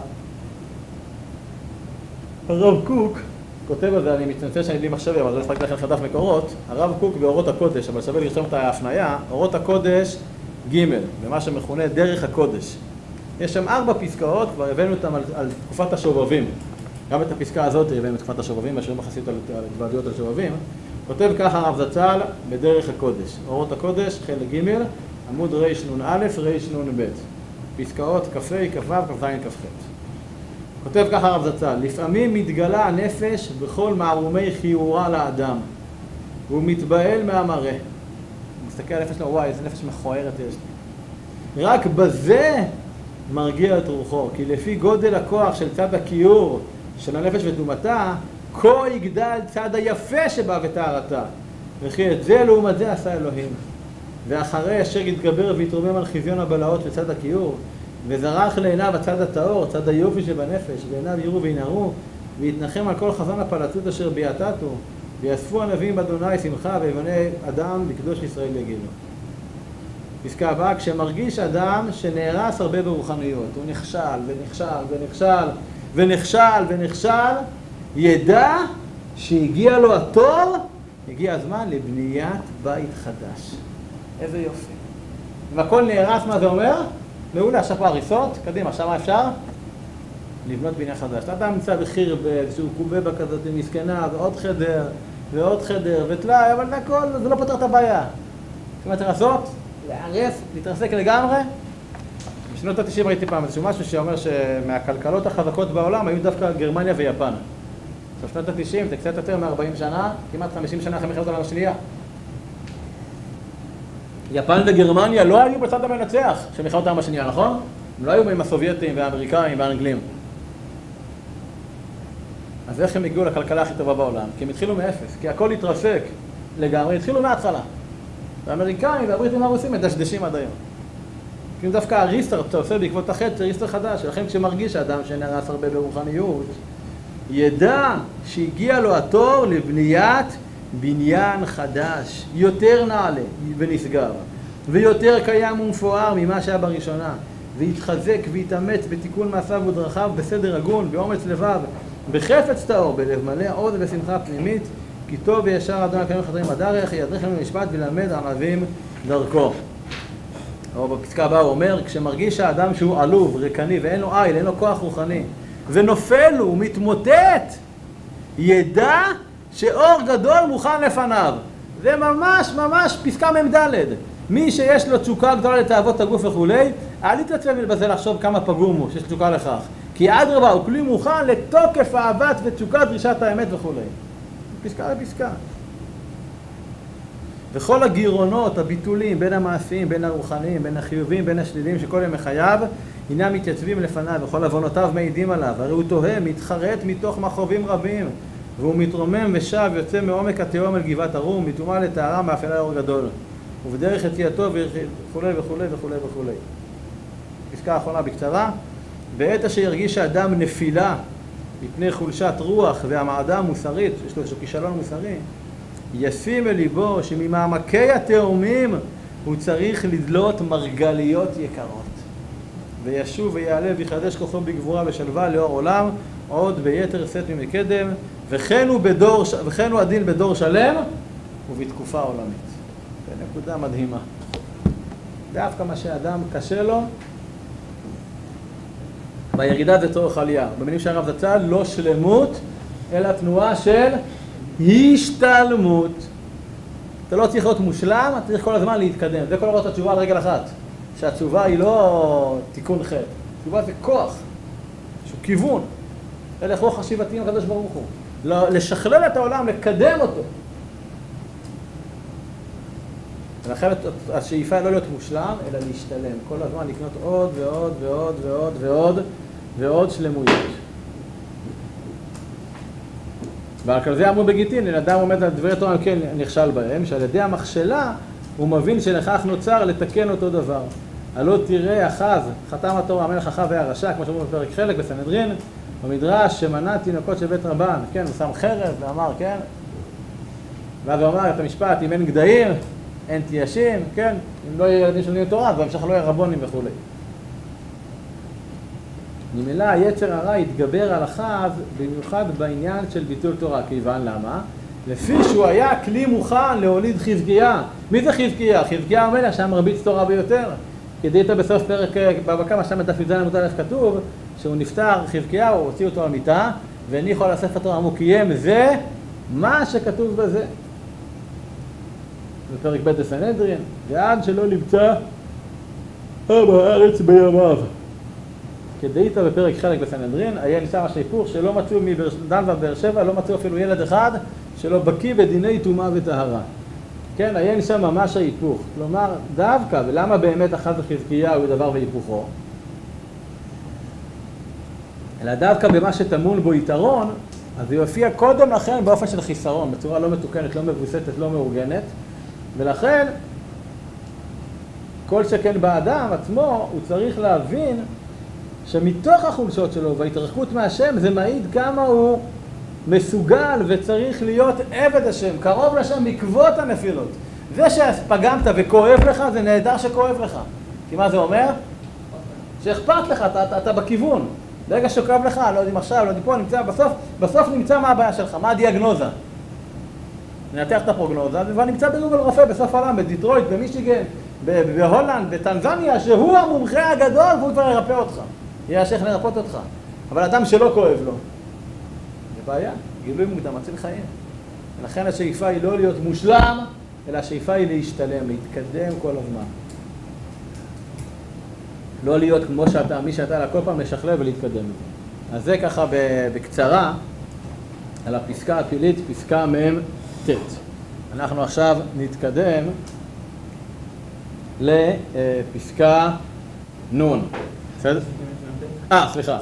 הרב קוק כותב על זה, אני מתנצל שאני בלי מחשבי, אבל לא הספקתי לכם חדף מקורות, הרב קוק באורות הקודש, אבל שווה לרשום את ההפניה, אורות הקודש ג' במה שמכונה דרך הקודש. יש שם 4 פסקאות, כבר הבאנו אותם על תקופת השובבים. גם את הפסקה הזאת הבאנו את תקופת השובבים, השיעורים החסידות על התוועדויות על שובבים. כותב ככה הרב זצ"ל בדרך הקודש. אורות הקודש, חלק ג', עמוד רנ"א, רנ"ב. פסקאות כ"ה, כ"ו, כ"ז, כ"ח. כותב ככה הרב זצ"ל, לפעמים מתגלה הנפש בכל מערומי חיורה לאדם, והוא מתבהל מהמראה. הוא מסתכל על הנפש שלו, וואי, איזה נפש מכוערת יש לי. רק בזה מרגיע את רוחו, כי לפי גודל הכוח של צד הכיור של הנפש ודומתה, כה יגדל צד היפה שבה וטהרתה. וכי את זה לעומת זה עשה אלוהים. ואחרי אשר יתגבר ויתרומם על חזיון הבלעות של צד הכיור, וזרח לעיניו הצד הטהור, צד היופי שבנפש, ועיניו יראו וינערו, ויתנחם על כל חזון הפלצות אשר ביעתתו, ויאספו הנביאים באדוני שמחה, ויבנה אדם לקדוש ישראל יגילו. פסקה הבאה, כשמרגיש אדם שנהרס הרבה ברוחניות, הוא נכשל ונכשל ונכשל, ונכשל, ידע שהגיע לו התור, הגיע הזמן לבניית בית חדש. איזה יופי. אם הכל נהרס, מה זה אומר? מעולה, עכשיו פה הריסות, קדימה, עכשיו מה אפשר? לבנות בניין חדש. אתה נמצא בחיר באיזשהו קובבה כזאת מסכנה, ועוד חדר, וטלאי, אבל זה הכל, זה לא פותר את הבעיה. זאת אומרת, לעשות, להרס, להתרסק לגמרי. בשנות ה-90 ראיתי פעם איזשהו משהו שאומר שמהכלכלות החזקות בעולם היו דווקא גרמניה ויפן. עכשיו, שנות ה-90, זה קצת יותר מ-40 שנה, כמעט 50 שנה אחרי מלחמת העולם השנייה. יפן וגרמניה לא היו בצד המנצח של מלחמת העולם השנייה, נכון? הם לא היו עם הסובייטים והאמריקאים והאנגלים. אז איך הם הגיעו לכלכלה הכי טובה בעולם? כי הם התחילו מאפס, כי הכל התרסק לגמרי, התחילו מההתחלה. והאמריקאים והבריטים הרוסים מדשדשים עד היום. כי דווקא הריסטארט שאתה עושה בעקבות החטא, זה ריסטארט חדש, ולכן כשמרגיש האדם שנרס הרבה ברוחניות, ידע שהגיע לו התור לבניית בניין חדש, יותר נעלה ונסגר, ויותר קיים ומפואר ממה שהיה בראשונה, ויתחזק ויתאמץ בתיקון מעשיו ודרכיו בסדר הגון, באומץ לבב, בחפץ טהור, בלב מלא עוז ושמחה פנימית, כי טוב וישר אדון הקיים חתרים בדרך, ידריך לנו משפט ולמד ענבים דרכו. או בפסקה הבאה הוא אומר, כשמרגיש האדם שהוא עלוב, ריקני, ואין לו איל, אין לו כוח רוחני, ונופל הוא, מתמוטט, ידע שאור גדול מוכן לפניו. זה ממש פסקה ממדלת. מי שיש לו תשוקה גדולה לתאוות הגוף וכולי, אל תתעצבן בזה לחשוב כמה פגום הוא, שיש תשוקה לכך. כי אדרבה, הוא כלי מוכן לתוקף אהבת ותשוקת דרישת האמת וכולי. פסקה לפסקה. וכל הגירונות, הביטולים בין המעשיים, בין הרוחניים, בין החיובים, בין השלילים שכל יום מחייו, הינם מתייצבים לפניו וכל עוונותיו מעידים עליו. הרי הוא תוהה, מתחרט מתוך מכאובים רבים, והוא מתרומם ושב, יוצא מעומק התהום אל גבעת הרום, מטומאה לטהרה מאפלה לאור גדול. ובדרך יציאתו וכולי וכולי וכולי וכולי. פסקה האחרונה בקצרה. בעת אשר ירגיש האדם נפילה מפני חולשת רוח והמעדה המוסרית, יש לו איזשהו כישלון מוסרי, ישים אל ליבו שממעמקי התאומים הוא צריך לדלות מרגליות יקרות. וישוב ויעלה ויחדש כוחו בגבורה ושלווה לאור עולם, עוד ביתר שאת ממקדם, וכן הוא הדין בדור שלם ובתקופה עולמית. זה נקודה מדהימה. דווקא מה שאדם קשה לו, בירידה זה צורך עלייה. במילים של הרב זצ"ל, לא שלמות, אלא תנועה של השתלמות. אתה לא צריך להיות מושלם, אתה צריך כל הזמן להתקדם. זה כל הראות התשובה על רגל אחת. שהתשובה היא לא תיקון חטא. התשובה זה כוח, שהוא כיוון. אלה רוח חשיבתיים הקדוש ברוך הוא. לשכלל את העולם, לקדם אותו. ולכן השאיפה לא להיות מושלם, אלא להשתלם. כל הזמן לקנות עוד ועוד ועוד ועוד ועוד ועוד שלמויות. ועל זה אמרו בגיטין, אדם עומד על דברי תורה, כן, נכשל בהם, שעל ידי המכשלה הוא מבין שלכך נוצר לתקן אותו דבר. הלא תראה אחז, חתם התורה, המלך אחז היה רשע, כמו שאומרים בפרק חלק בסנהדרין, במדרש שמנה תינוקות של בית רבן, כן, הוא שם חרב ואמר, כן, ואז הוא אמר את המשפט, אם אין גדיים, אין תיישים, כן, אם לא יהיה ילדים שלומדים תורה, בהמשך לא יהיה רבונים וכו'. ממילא היצר הרע יתגבר על אחז, במיוחד בעניין של ביטול תורה, כיוון למה? לפי שהוא היה כלי מוכן להוליד חזקיה. מי זה חזקיה? חזקיה המלך שהיה מרביץ תורה ביותר. כדאית בסוף פרק בבא שם את דף י"ז עמוד א' כתוב שהוא נפטר, חזקיה, הוא הוציא אותו למיטה, והניחו על הספר תורה, אמרו קיים זה מה שכתוב בזה. בפרק ב' בסנהדרין, ועד שלא נמצא בארץ בימיו. כדאית בפרק חלק בסנהדרין, היה נשאר השיפור שלא מצאו מדן ובאר שבע, לא מצאו אפילו ילד אחד שלא בקיא בדיני טומאה וטהרה. כן, היה נשאר ממש ההיפוך. כלומר, דווקא, ולמה באמת אחז וחזקיה הוא דבר והיפוכו? אלא דווקא במה שטמון בו יתרון, אז זה יופיע קודם לכן באופן של חיסרון, בצורה לא מתוקנת, לא מבוססת, לא מאורגנת, ולכן, כל שכן באדם עצמו, הוא צריך להבין שמתוך החולשות שלו וההתרחקות מהשם, זה מעיד כמה הוא מסוגל וצריך להיות עבד השם, קרוב לשם בעקבות הנפילות. זה שפגמת וכואב לך, זה נהדר שכואב לך. כי מה זה אומר? שאכפת לך, אתה בכיוון. ברגע שכואב לך, לא יודעים עכשיו, לא יודעים פה, נמצא, בסוף נמצא מה הבעיה שלך, מה הדיאגנוזה. ננתח את הפרוגנוזה, ונמצא בגוגל רופא בסוף העולם, בדיטרויט, במישיגן, בהולנד, בטנזניה, שהוא המומחה הגדול, והוא כבר ירפא אותך. יהיה השייך לרפות אותך. אבל אדם שלא כואב לו, זה בעיה, גילוי מוקדם, מציל חיים. ולכן השאיפה היא לא להיות מושלם, אלא השאיפה היא להשתלם, להתקדם כל הזמן. לא להיות כמו שאתה, מי שאתה, אלא כל פעם לשכלל ולהתקדם. אז זה ככה בקצרה, על הפסקה הפעילית, פסקה מ"ט. אנחנו עכשיו נתקדם לפסקה נ'. בסדר? סליחה.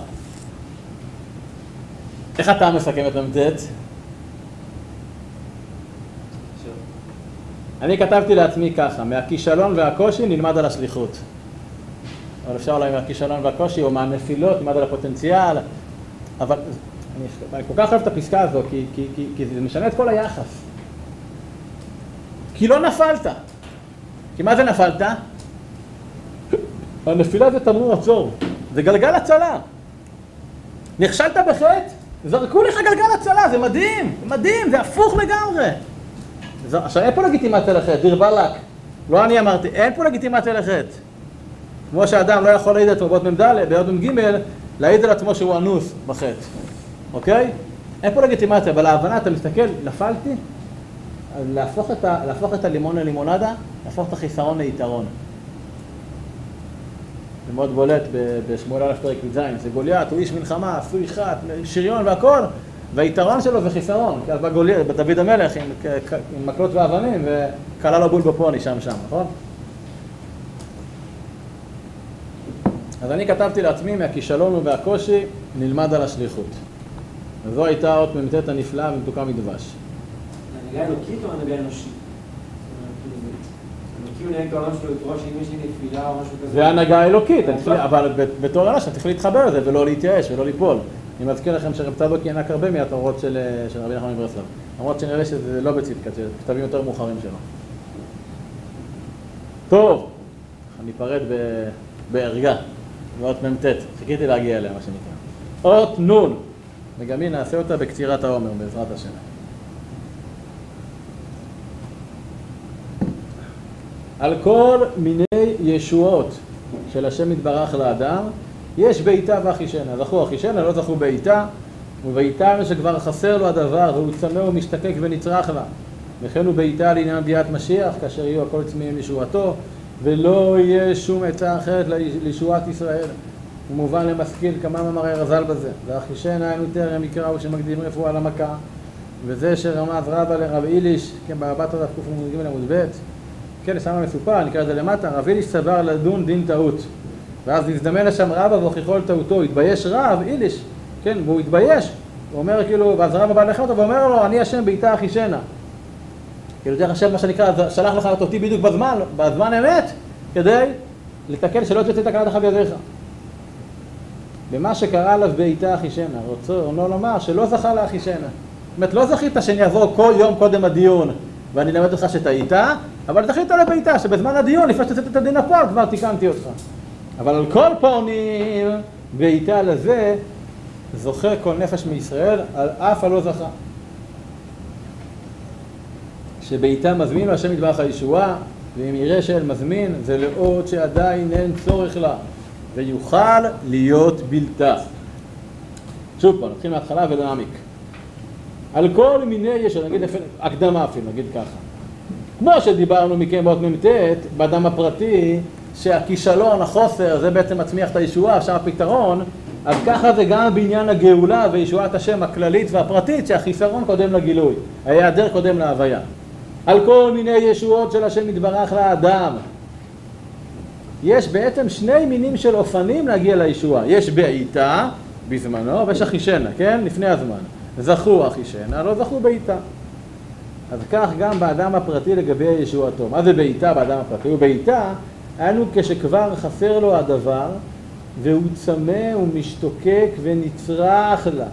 איך אתה מסכם את מ"ט? אני כתבתי לעצמי ככה, מהכישלון והקושי נלמד על השליחות. אבל אפשר אולי מהכישלון והקושי, או מהנפילות, נלמד על הפוטנציאל. אבל אני כל כך אוהב את הפסקה הזו, כי זה משנה את כל היחס. כי לא נפלת. כי מה זה נפלת? הנפילה זה תמרור עצור. זה גלגל הצלה. נכשלת בחטא, זרקו לך גלגל הצלה, זה מדהים, מדהים, זה הפוך לגמרי. עכשיו אין פה לגיטימציה לחטא, דיר בלק. לא אני אמרתי, אין פה לגיטימציה לחטא. כמו שאדם לא יכול להעיד את עצמו באות מ"ג, להעיד על עצמו שהוא אנוס בחטא. אוקיי? אין פה לגיטימציה, אבל להבנה, אתה מסתכל, נפלתי, להפוך את הלימון ללימונדה, להפוך את החיסרון ליתרון. זה מאוד בולט בשמואל א' פרק י"ז, זה גוליית, הוא איש מלחמה, עשוי חת, שריון והכל, והיתרון שלו זה חיסרון, כי אז בא גוליית, דוד המלך עם מקלות ואבנים, וקלה לו בול בפוני שם, נכון? אז אני כתבתי לעצמי, מהכישלון והקושי, נלמד על השליחות. וזו הייתה אות מ"ט הנפלאה ומתוקה מדבש. הנהגה אלוקית או הנהגה אנושית? אלוקי הוא נהג את העולם שלו לתורה שאם יש לי נפילה או משהו כזה? זה הנהגה אלוקית, אבל בתור אנוש אתה צריך להתחבר לזה ולא להתייאש ולא ליפול. אני מזכיר לכם שרב צדוק ינק הרבה מהתורות של רבי נחמן מברסלב. למרות שנראה שזה לא בצדקת, זה כתבים יותר מאוחרים שלו. טוב, אני אפרד בערגה, באות מ"ט, חיכיתי להגיע אליה מה שנקרא. אות נ', וגם היא נעשה אותה בקצירת העומר בעזרת השם. על כל מיני ישועות של השם יתברך לאדם, יש בעיטה ואחישנה. זכו אחישנה, לא זכו בעיטה, ובעיטה שכבר חסר לו הדבר, והוא צמא ומשתקק ונצרך לה. וכן הוא בעיטה לעניין ביאת משיח, כאשר יהיו הכל צמאים לישועתו, ולא יהיה שום עצה אחרת לישועת ישראל. הוא מובן למשכיל כמה מאמרי רז"ל בזה. ואחישנה היינו טרם יקראו שמקדים רפואה למכה, וזה שרמז רבא לרב איליש, כן, בבת הרב ק"ג עמוד ב', כן, שמה מסופר, נקרא את זה למטה, רב איליש סבר לדון דין טעות. ואז נזדמן לשם רבא והוכיחו לטעותו, התבייש רב איליש, כן, והוא התבייש. הוא אומר כאילו, ואז רבא בא לכם אותו ואומר לו, אני השם בעיטה אחישנה. כאילו דרך השם מה שנקרא, שלח לך אותי בדיוק בזמן אמת, כדי לתקן שלא תצא תקנת אחת בידיך. במה שקרא עליו בעיטה אחישנה, רצונו לומר שלא זכה לאחישנה. זאת אומרת, לא זכית שאני אבוא כל יום קודם הדיון ואני אלמד אותך שטעית, אבל זכית לבעיטה שבזמן הדיון, לפני שתצאת את הדין הפועל, כבר תיקנתי אותך. אבל על כל פנים, בעיטה לזה, זוכה כל נפש מישראל, על אף הלא זכה. שבעיטה מזמין לו השם יתברך הישועה, ואם יראה שאל מזמין, זה לאות שעדיין אין צורך לה, ויוכל להיות בלתה. שוב פעם, נתחיל מההתחלה ולהעמיק. על כל מיני יש, נגיד הקדמה אפילו, נגיד ככה. כמו שדיברנו מכם באות מ"ט, באדם הפרטי, שהכישלון, החוסר, זה בעצם מצמיח את הישועה, שם הפתרון, אז ככה זה גם בעניין הגאולה וישועת השם הכללית והפרטית, שהחיסרון קודם לגילוי, ההיעדר קודם להוויה. על כל מיני ישועות של השם יתברך לאדם. יש בעצם שני מינים של אופנים להגיע לישועה. יש בעיטה בזמנו ויש אחישנה, כן? לפני הזמן. זכו אחישנה, לא זכו בעיטה. אז כך גם באדם הפרטי לגבי ישועתו. מה זה בעיטה באדם הפרטי? הוא בעיטה, היינו כשכבר חסר לו הדבר, והוא צמא ומשתוקק ונצרך לה.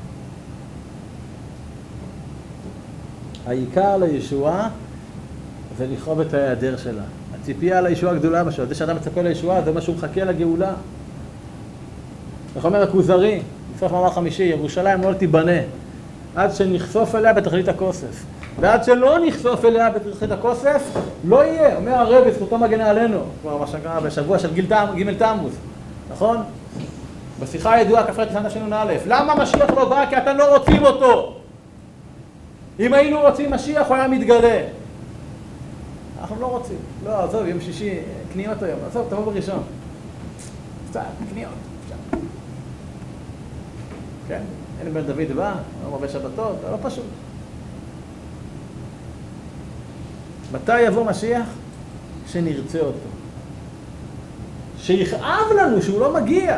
העיקר לישועה זה לכאוב את ההיעדר שלה. הציפייה לישועה הגדולה משהו, זה שאדם מצפה לישועה זה מה שהוא מחכה לגאולה. איך אומר הכוזרי, בסוף מאמר חמישי, ירושלים לא תיבנה, עד שנחשוף אליה בתכלית הכוסף. ועד שלא נחשוף אליה בתכלית הכוסף, לא יהיה. אומר הרב, זכותו מגנה עלינו, כבר מה שקרה בשבוע של ג' תמוז, נכון? בשיחה הידועה, כ"ח ניסן תשנ"א, למה משיח לא בא? כי אתם לא רוצים אותו. אם היינו רוצים משיח, הוא היה מתגלה. אנחנו לא רוצים. לא, עזוב, יום שישי, קניות היום. עזוב, תבוא בראשון. קצת, קניות. כן? אין בן דוד בא, לא הרבה שבתות, זה לא פשוט. מתי יבוא משיח? שנרצה אותו. שיכאב לנו שהוא לא מגיע.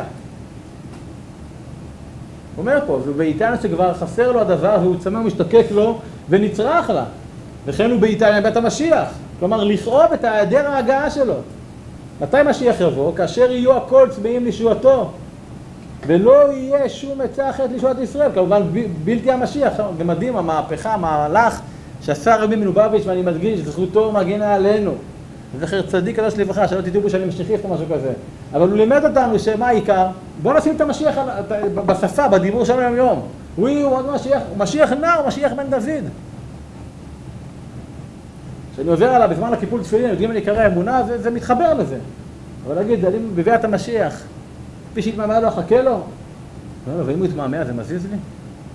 הוא אומר פה, זה בעיתן שכבר חסר לו הדבר והוא צמא ומשתוקק לו ונצרח לה. וכן הוא בעיתן בית המשיח. כלומר, לכאוב את היעדר ההגעה שלו. מתי משיח יבוא? כאשר יהיו הכל צמאים לישועתו. ולא יהיה שום עצה אחרת לישועת ישראל. כמובן, בלתי המשיח. זה מדהים, המהפכה, המהלך שעשה רבי מלובביץ', ואני מדגיש, זכותו מגנה עלינו. זכר צדיק קדוש לברכה, שלא תדעו שאני משיחי או משהו כזה. אבל הוא לימד אותנו שמה העיקר? בואו נשים את המשיח בשפה, בדיבור שלנו היום יום. הוא עוד משיח, הוא משיח נער, הוא משיח בן דוד. כשאני עובר עליו בזמן הקיפול תפילין, יודעים על עיקרי האמונה, זה מתחבר לזה. אבל להגיד, אני מביא את המשיח, כפי שהתמהמה לו, אחכה לו. לא, ואם הוא יתמהמה, זה מזיז לי?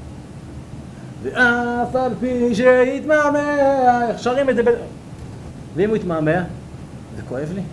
ואף על פי שיתמהמה, שרים את זה ואם הוא יתמהמה, זה כואב לי.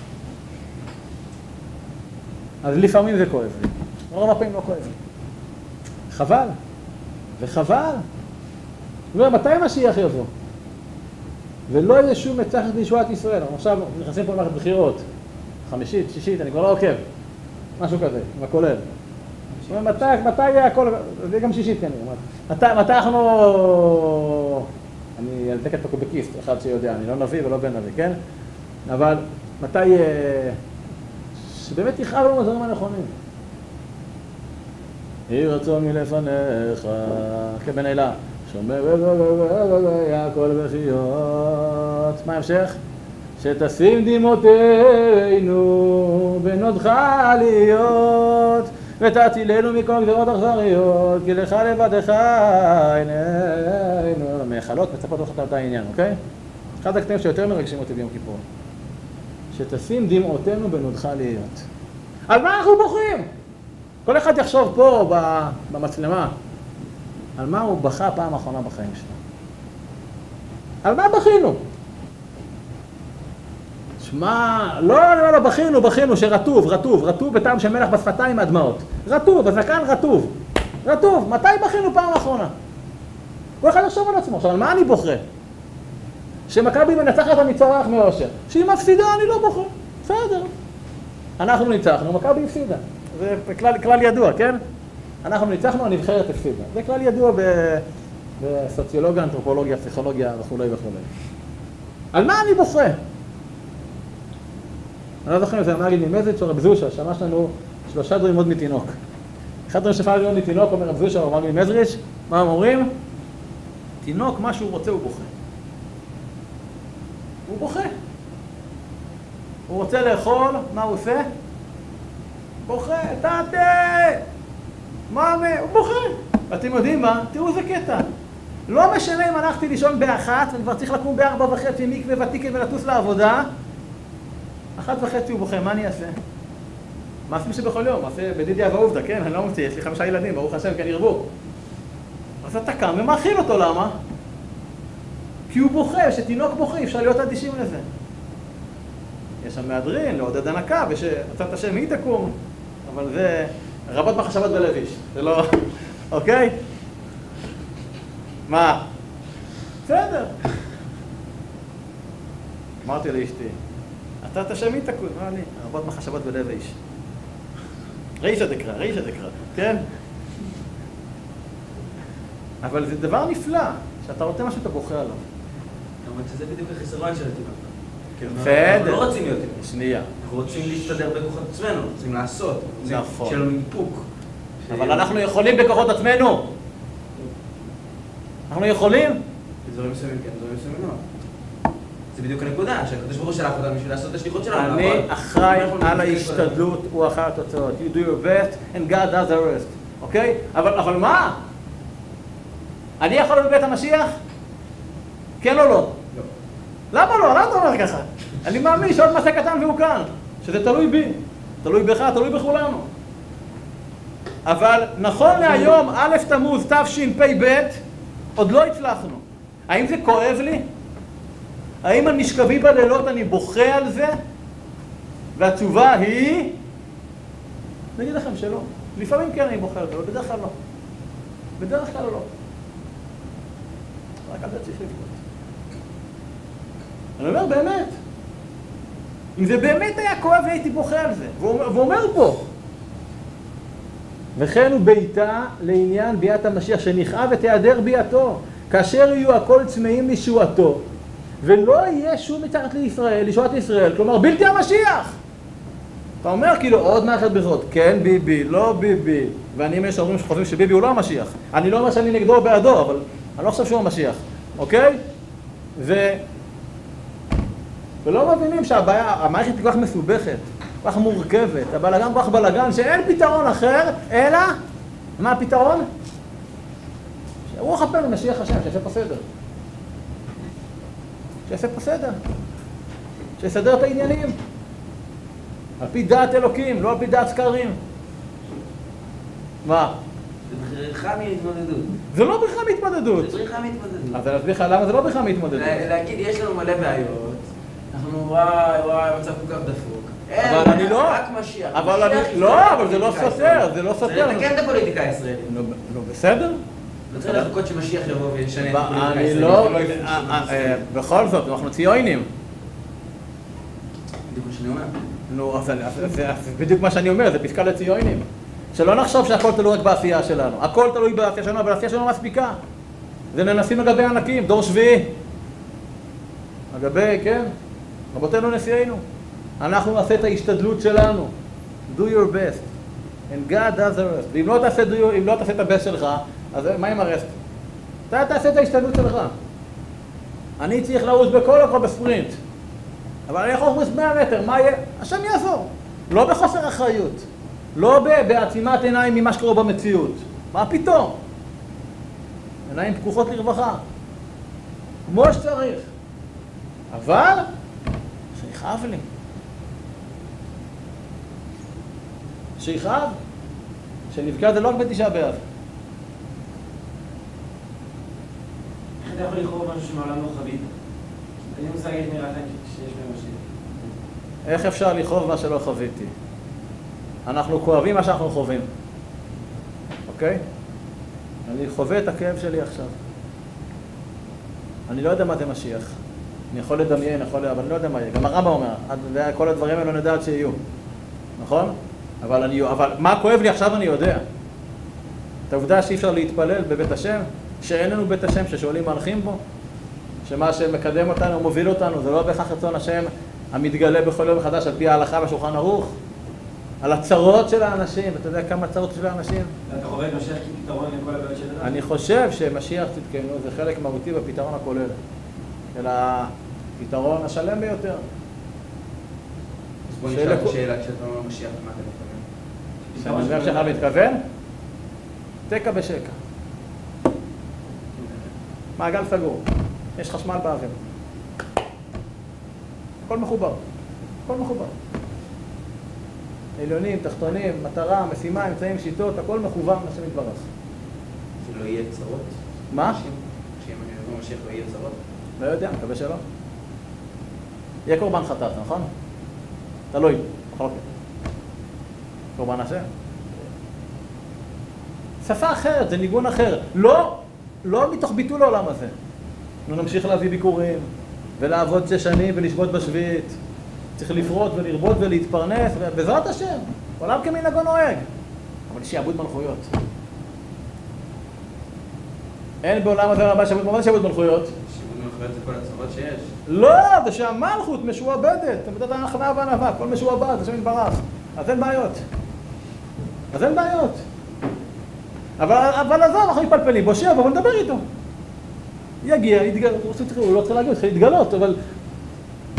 אז לפעמים זה כואב לי. לא רבה פעמים לא כואב לי. חבל. וחבל. הוא אומר, מתי משיח יבוא? ולא יהיה שום מצחת לישועת ישראל. עכשיו נכנסים פה למערכת בחירות. חמישית, שישית, אני כבר לא עוקב. משהו כזה, עם הכולל. הוא אומר, מתי יהיה הכל? זה גם שישית כנראה. מתי אנחנו... אני אלתק את הקובקיסט, אחד שיודע, אני לא נביא ולא בן נביא, כן? אבל מתי... שבאמת יכאב לנו הדברים הנכונים. יהי רצון מלפניך, כבן אלה, שומר הכל בחיות. מה המשך? שתשים דמעותינו בנודך להיות, ותצילנו מכל גזרות אכזריות, כי לך לבדך עינינו. מאכלות מצפות לך את העניין, אוקיי? אחד הקטעים שיותר מרגשים אותי ביום כיפור. שתשים דמעותינו בנודך להיות. על מה אנחנו בוכים? כל אחד יחשוב פה במצלמה, על מה הוא בכה פעם האחרונה בחיים שלו. על מה בכינו? שמע, לא, בכינו, שרטוב בטעם של מלח בשפתיים הדמעות. רטוב, הזקן רטוב. מתי בכינו פעם האחרונה? כל אחד יחשוב על עצמו. עכשיו, על מה אני בוכה? שמכבי מנצחת המצורח מאושר. שהיא מפסידה, אני לא בוכה. בסדר. אנחנו ניצחנו, מכבי הפסידה. זה כלל ידוע, כן? אנחנו ניצחנו, הנבחרת הפסידה. זה כלל ידוע בסוציולוגיה, אנתרופולוגיה, פסיכולוגיה וכו'. על מה אני בוכה? אני לא זוכר אם זה אמר לי ממזריץ' או רב זושה, שמש לנו 3 דברים ללמוד מתינוק. אחד דברים שאפשר ללמוד מתינוק, אומר רב זושה או אמר לי ממזריץ', מה הם אומרים? תינוק, מה שהוא רוצה הוא בוכה. הוא בוכה. הוא רוצה לאכול, מה הוא עושה? בוכה, תעתה! מאמי, הוא בוכה. ואתם יודעים מה? תראו איזה קטע. לא משנה אם הלכתי לישון ב1 ואני כבר צריך לקום ב4:30 מקווה ותיקן ולטוס לעבודה, 1:30 הוא בוכה, מה אני אעשה? מה עושים שבכל יום? עושה בדידיה ועובדה, כן? אני לא מוציא, יש לי 5 ילדים, ברוך השם, כן ירבו. אז אתה קם ומאכיל אותו, למה? כי הוא בוכה, שתינוק בוכה, אפשר להיות אדישים לזה. יש שם מהדרין, לעודד הנקה, ושעצת השם היא תקום, אבל זה רבות מחשבות בלב איש, זה לא... אוקיי? מה? בסדר. אמרתי לאשתי, עצת השם היא תקום, אמרה לי, רבות מחשבות בלב איש. רישא דקרא, כן? אבל זה דבר נפלא, שאתה רוצה משהו, אתה בוכה עליו. אבל שזה בדיוק החיסרון של התינוק. בסדר. אנחנו לא רוצים להיות תינוק. שנייה. אנחנו רוצים להסתדר בכוחות עצמנו, רוצים לעשות. נכון. שיהיה לנו איפוק. אבל אנחנו יכולים בכוחות עצמנו. אנחנו יכולים? דברים מסוימים כן, דברים מסוימים לא. זה בדיוק הנקודה, שהקדוש ברוך הוא שלח אותנו בשביל לעשות את השליחות שלנו. אני אחראי על ההשתדלות, הוא אחראי על התוצאות. You do your best and God does the rest. אוקיי? אבל מה? אני יכול להיות בית המשיח? כן או לא? לא. למה לא? למה אתה אומר ככה? אני מאמין שעוד מעשה קטן והוא כאן. שזה תלוי בי. תלוי בך, תלוי בכולנו. אבל נכון להיום, א' תמוז תשפ"ב, עוד לא הצלחנו. האם זה כואב לי? האם על משכבי בלילות אני בוכה על זה? והתשובה היא... אני אגיד לכם שלא. לפעמים כן אני בוכה על זה, אבל בדרך כלל לא. בדרך כלל לא. רק על זה צריך לבכות. אני אומר באמת. אם זה באמת היה כואב הייתי בוכה על זה. והוא אומר פה. וכן הוא ביתה לעניין ביאת המשיח שנכאב ותיעדר ביאתו. כאשר יהיו הכל צמאים לישועתו. ולא יהיה שום מתחת לישראל, ישועת ישראל, כלומר בלתי המשיח. אתה אומר כאילו עוד מערכת בחירות, כן ביבי, לא ביבי, ואני מאלה שאומרים שחושבים שביבי הוא לא המשיח. אני לא אומר שאני נגדו או בעדו, אבל אני לא חושב שהוא המשיח, אוקיי? ולא מבינים שהבעיה, המערכת היא כל כך מסובכת, כל כך מורכבת, הבלגן כל כך בלגן, שאין פתרון אחר, אלא, מה הפתרון? הוא יחפר למשיח השם, שיעשה פה סדר. שיעשה פה סדר. שיסדר את העניינים. על פי דעת אלוקים, לא על פי דעת סקרים. מה? זה בריחה מהתמודדות. זה לא בריחה מהתמודדות. זה בריחה מהתמודדות. אז אני אסביר לך למה זה לא בריחה מהתמודדות. להגיד, יש לנו מלא בעיות, אנחנו וואי, מצב כל כך דפוק. אבל אני לא... רק משיח. אבל אני... לא, אבל זה לא סותר, זה לא סותר. צריך לתקן את הפוליטיקה הישראלית. לא, בסדר? לא צריך לחכות שמשיח יבוא וישנה את הפוליטיקה אני הישראלית. לא... בכל זאת, אנחנו ציונים. בדיוק מה שאני אומר. נו, זה בדיוק מה שאני אומר, זה פסקה לציונים. שלא נחשוב שהכל תלוי רק בעשייה שלנו. הכל תלוי בעשייה שלנו, אבל העשייה שלנו מספיקה. זה ננסים לגבי ענקים, דור שביעי. לגבי, כן, רבותינו נשיאינו. אנחנו נעשה את ההשתדלות שלנו. Do your best. And God does the rest. ואם לא תעשה את הבסט שלך, אז מה עם הרסט? אתה תעשה את ההשתדלות שלך. אני צריך לרוץ בכל הכל בספרינט. אבל אני יכול לרוץ 100 מטר, מה יהיה? השם יעזור. לא בחוסר אחריות. לא בעצימת עיניים ממה שקורה במציאות. מה פתאום? עיניים פקוחות לרווחה. כמו שצריך. אבל, שיכאב לי. שיכאב. שנבכה זה לא רק בתשעה באב. איך אתה יכול לכאוב משהו שמעולם לא חווית? אני מושג איך נראה לכם שיש במשיח. איך אפשר לכאוב מה שלא חוויתי? אנחנו כואבים מה שאנחנו חווים. אוקיי? אני חווה את הכאב שלי עכשיו. אני לא יודע מה זה משיח. אני יכול לדמיין, אבל אני לא יודע מה יהיה. גם הרמב"ם אומר, כל הדברים האלה נדעת שיהיו. נכון? אבל מה כואב לי עכשיו אני יודע. את העובדה שאי אפשר להתפלל בבית השם, שאין לנו בית השם ששואלים מה הולכים בו, שמה שמקדם אותנו, מוביל אותנו, זה לא בהכרח רצון השם המתגלה בכל יום מחדש על פי ההלכה בשולחן ערוך, על הצרות של האנשים, אתה יודע כמה צרות של האנשים? אתה חווה את משיח כפתרון לכל הבעיות של אדם? אני חושב שמשיח צדקנו זה חלק מהותי בפתרון הכולל, אלא הפתרון השלם ביותר. אז בוא נשאל את השאלה כשאתה אומר משיח, מה אתה מתכוון? כשאני אומר שלך מתכוון? תקע בשקע. מעגל סגור. יש חשמל באוויר. הכל מחובר. הכל מחובר. עליונים, תחתונים, מטרה, משימה, אמצעים, שיטות, הכל מכוון לשם יתברך. שלא יהיה צרות? מה? כשאם אני אומר משיח לא יהיה צרות? לא יודע, מקווה שלא. יהיה קורבן חטאת, נכון? תלוי, מחלוקת. קורבן השם. שפה אחרת, זה ניגון אחר. לא מתוך ביטול העולם הזה. אנחנו נמשיך להביא ביקורים, ולעבוד 6 שנים ולשבות בשביעית. צריך לפרוט ולרבות ולהתפרנס, ובעזרת השם, עולם כמנהגו נוהג. אבל יש שעבוד מלכויות. אין בעולם הזה רבה שעבוד, מה זה שעבוד מלכויות? שעבוד מלכויות זה כל הצרות שיש. לא, זה שהמלכות משועבדת. אתם יודעת, ההכנעה והענווה, הכל משועבד, השם יתברך. אז אין בעיות. אבל עזוב, אנחנו מתפלפלים, בוא נדבר איתו. יגיע, הוא לא צריך להגיד, צריך להתגלות, אבל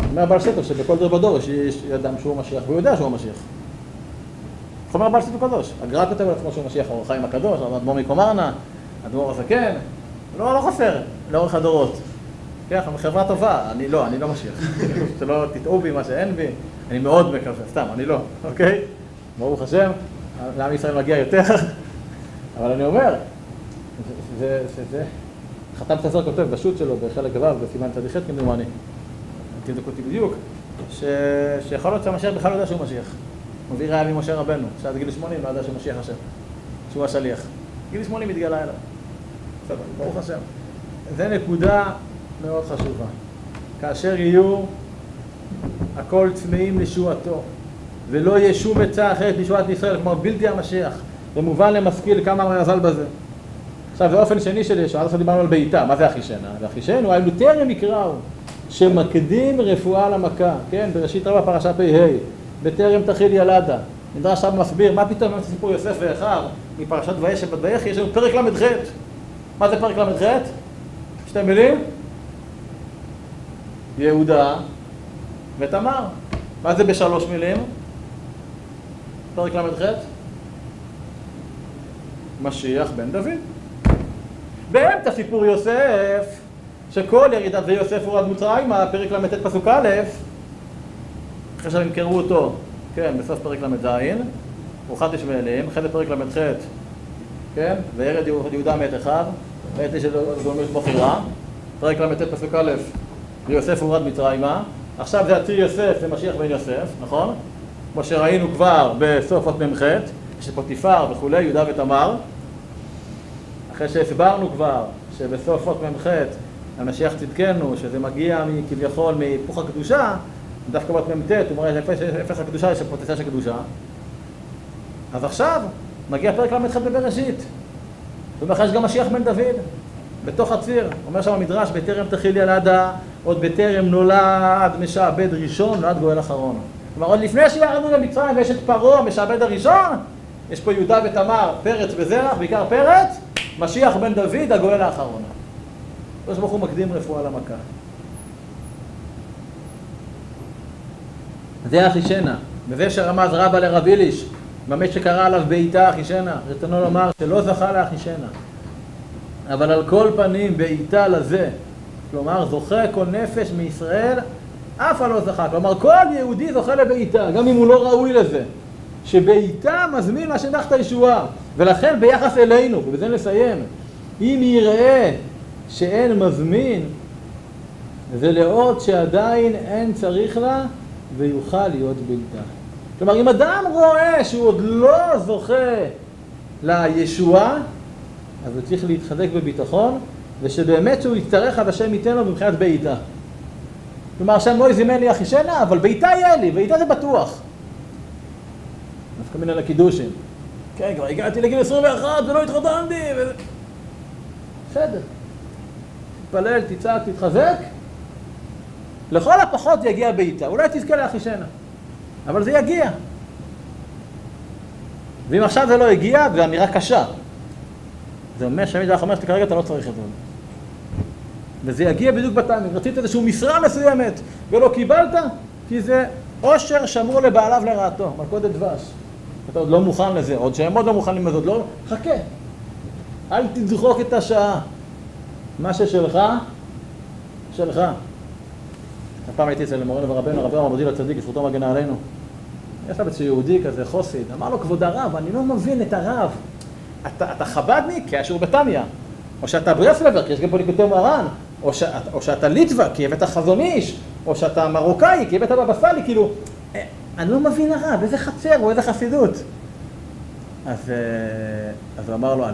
אומר בעל ספר שבכל דור בדור יש אדם שהוא משיח, והוא יודע שהוא משיח. אומר בעל ספר קדוש, הגר"א כותב על עצמו שהוא משיח, אור החיים הקדוש, אדמו"ר מקומרנה, אדמו"ר הזקן, לא חסר לאורך הדורות. כן, חברה טובה, אני לא משיח. שלא תטעו בי מה שאין בי, אני מאוד מקווה, סתם, אני לא, אוקיי? ברוך השם, לעם ישראל מגיע יותר, אבל אני אומר, זה, חתם סופר כותב בשו"ת שלו בחלק ו' בסימן צדיק ח' כמדומני, תבדקו אותי בדיוק, שיכול להיות שהמשיח בכלל לא יודע שהוא משיח. מביא ראיה ממשה רבנו, שעד גיל 80 לא ידע שמשיח השם, שהוא השליח. גיל 80 התגלה אליו. בסדר, ברוך השם. זה נקודה מאוד חשובה. כאשר יהיו הכל צמאים לישועתו, ולא יהיה שום עצה אחרת לישועת ישראל, כמו בלתי המשיח, ומובן למשכיל כמה מזל בזה. עכשיו, זה אופן שני של ישוע, עד עכשיו דיברנו על בעיטה, מה זה אחישנה? ואחישנו, האלו טרם יקראו, שמקדים רפואה למכה, כן? בראשית רבה פרשה פ"ה, בטרם תחיל ילדה. מדרש רב מסביר, מה פתאום את סיפור יוסף ואחיו מפרשת וישב בת ויחי, יש לנו פרק ל"ח. מה זה פרק ל"ח? שתי מילים? יהודה ותמר. מה זה בשלוש מילים? פרק ל"ח? משיח בן דוד. באמצע סיפור יוסף, שכל ירידת ויוסף הורד מצרימה, פרק ל"ט פסוק א', אחרי שהם ימכרו אותו, כן, בסוף פרק ל"ז, ורוחת ישמעאלים, אחרי זה פרק ל"ח, כן, וירד יהודה מאת אחיו, ואת איש גומר בחירה, פרק ל"ט פסוק א', ויוסף הורד מצרימה, עכשיו זה הציר יוסף ומשיח בן יוסף, נכון? כמו שראינו כבר בסוף אות מ"ח, שפוטיפר וכולי, יהודה ותמר, אחרי שהסברנו כבר שבסוף אות מ"ח המשיח צדקנו, שזה מגיע כביכול מהיפוך הקדושה, דווקא באות מ"ט, הוא מראה שהפך הקדושה יש פוטנציאל של קדושה. אז עכשיו מגיע פרק ל"ח בבראשית. הוא אומר לך יש גם משיח בן דוד, בתוך הציר. אומר שם המדרש, בטרם תחיל ילדה, עוד בטרם נולד משעבד ראשון, נולד גואל אחרון. כלומר, עוד לפני שירדנו למצרים ויש את פרעה, המשעבד הראשון, יש פה יהודה ותמר, פרץ וזרח, בעיקר פרץ, משיח בן דוד, הגואל האחרון. הקדוש ברוך הוא מקדים רפואה למכה. זה אחישנה, וזה שרמז רבא לרב איליש, באמת שקרא עליו בעיטה אחישנה, רצונו לומר שלא זכה לאחישנה. אבל על כל פנים בעיטה לזה, כלומר זוכה כל נפש מישראל, אף לא זכה. כלומר כל יהודי זוכה לבעיטה, גם אם הוא לא ראוי לזה. שבעיטה מזמין מה שדחת ישועה. ולכן ביחס אלינו, ובזה נסיים, אם יראה שאין מזמין, זה לאות שעדיין אין צריך לה, ויוכל להיות בלתה. כלומר, אם אדם רואה שהוא עוד לא זוכה לישועה, אז הוא צריך להתחזק בביטחון, ושבאמת שהוא יצטרך עד השם ייתן לו מבחינת בעיטה. כלומר, השם לא יזימן לי אחישנה, אבל בעיטה יהיה לי, בעיטה זה בטוח. נפקא מינה לקידושים. כן, כבר הגעתי לגיל 21 ולא התחתנתי. בסדר. תתפלל, תצעק, תתחזק. לכל הפחות יגיע בעיטה. אולי תזכה לאחישנה. אבל זה יגיע. ואם עכשיו זה לא הגיע, זו אמירה קשה. זה אומר שהמידע אומר שכרגע אתה לא צריך את זה. וזה יגיע בדיוק בטיימינג. רצית איזושהי משרה מסוימת ולא קיבלת, כי זה עושר שמור לבעליו לרעתו, מלכודת דבש. אתה עוד לא מוכן לזה, עוד שהם עוד לא מוכנים לזה, עוד לא, חכה. אל תדחוק את השעה. מה ששלך, שלך. הפעם הייתי אצל מורנו ורבנו, הרב המורדי לצדיק, זכותו מגנה עלינו. יש לה בצי יהודי כזה, חוסיד. אמר לו, כבוד הרב, אני לא מבין את הרב. אתה חבדניק, כי אשור בתניא. או שאתה ברסלבר, כי יש גם פה ליקוטי מוהר"ן. או שאתה ליטווה, כי הבאת חזון איש. או שאתה מרוקאי, כי הבאת בבא סאלי. כאילו, אני לא מבין הרב, איזה חצר או איזה חסידות. אז הוא אמר לו,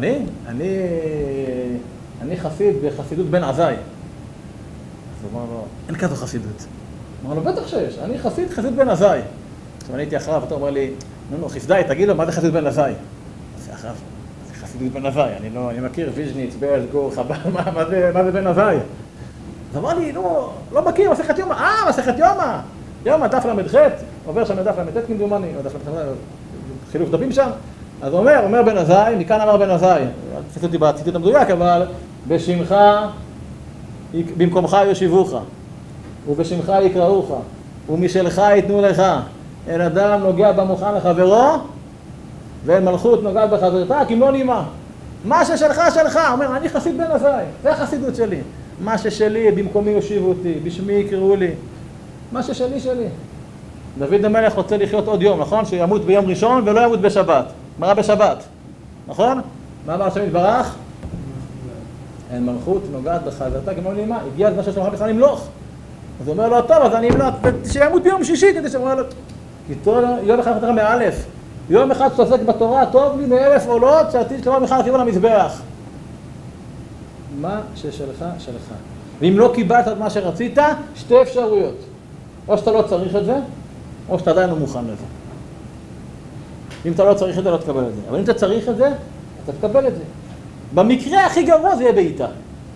אני חסיד בחסידות בן עזאי. אז הוא אמר לו, אין כזו חסידות. הוא אמר לו, בטח שיש, אני חסיד בן עזאי. עכשיו אני הייתי אחריו, אתה אומר לי, נו, חסדאי, תגיד לו, מה זה חסיד בן עזאי? אז אחריו, זה חסידות בן עזאי, אני מכיר ויז'ניץ, בעז, גור, חב"ד, מה זה בן עזאי? אז אמר לי, נו, לא מכיר, מסכת יומא, מסכת יומא! יומא, דף ל"ח, עובר שם לדף ל"ט כמדומני, או דף ל"ח, חילוף דפים שם. אז הוא אומר בן עזאי, מכאן אמר בן עזאי, תפסו אותי בציטוט המדויק, אבל בשמך, במקומך יושיבוך. ובשמך יקראוך, ומשלך ייתנו לך. אין אדם נוגע במוכן לחברו, ואין מלכות נוגעת בחברתה, כי לא נימה. מה ששלך, שלך. אומר, אני חסיד בן עזאי, זה החסידות שלי. מה ששלי, במקומי יושיבו אותי, בשמי יקראו לי. מה ששלי, שלי. דוד המלך רוצה לחיות עוד יום, נכון? שימות ביום ראשון ולא ימות בשבת. מה בשבת? נכון? מה אמר השם יתברך? אין מלכות נוגעת בחברתה, כמו נימה. הגיע הזמן שהשם בכלל למלוך. אז הוא אומר לו, טוב, אז אני אמלוך, שימות ביום שישי, כדי שאומר לו, כי יום אחד חתך מאלף. יום אחד שעוסק בתורה, טוב לי מ1,000 עולות, שעתיד שלמה בכלל חיבור למזבח. מה ששלך, שלך. ואם לא קיבלת את מה שרצית, שתי אפשרויות. או שאתה לא צריך את זה, או שאתה עדיין לא מוכן לזה. אם אתה לא צריך את זה, לא תקבל את זה. אבל אם אתה צריך את זה, אתה תקבל את זה. במקרה הכי גרוע זה יהיה בעיטה.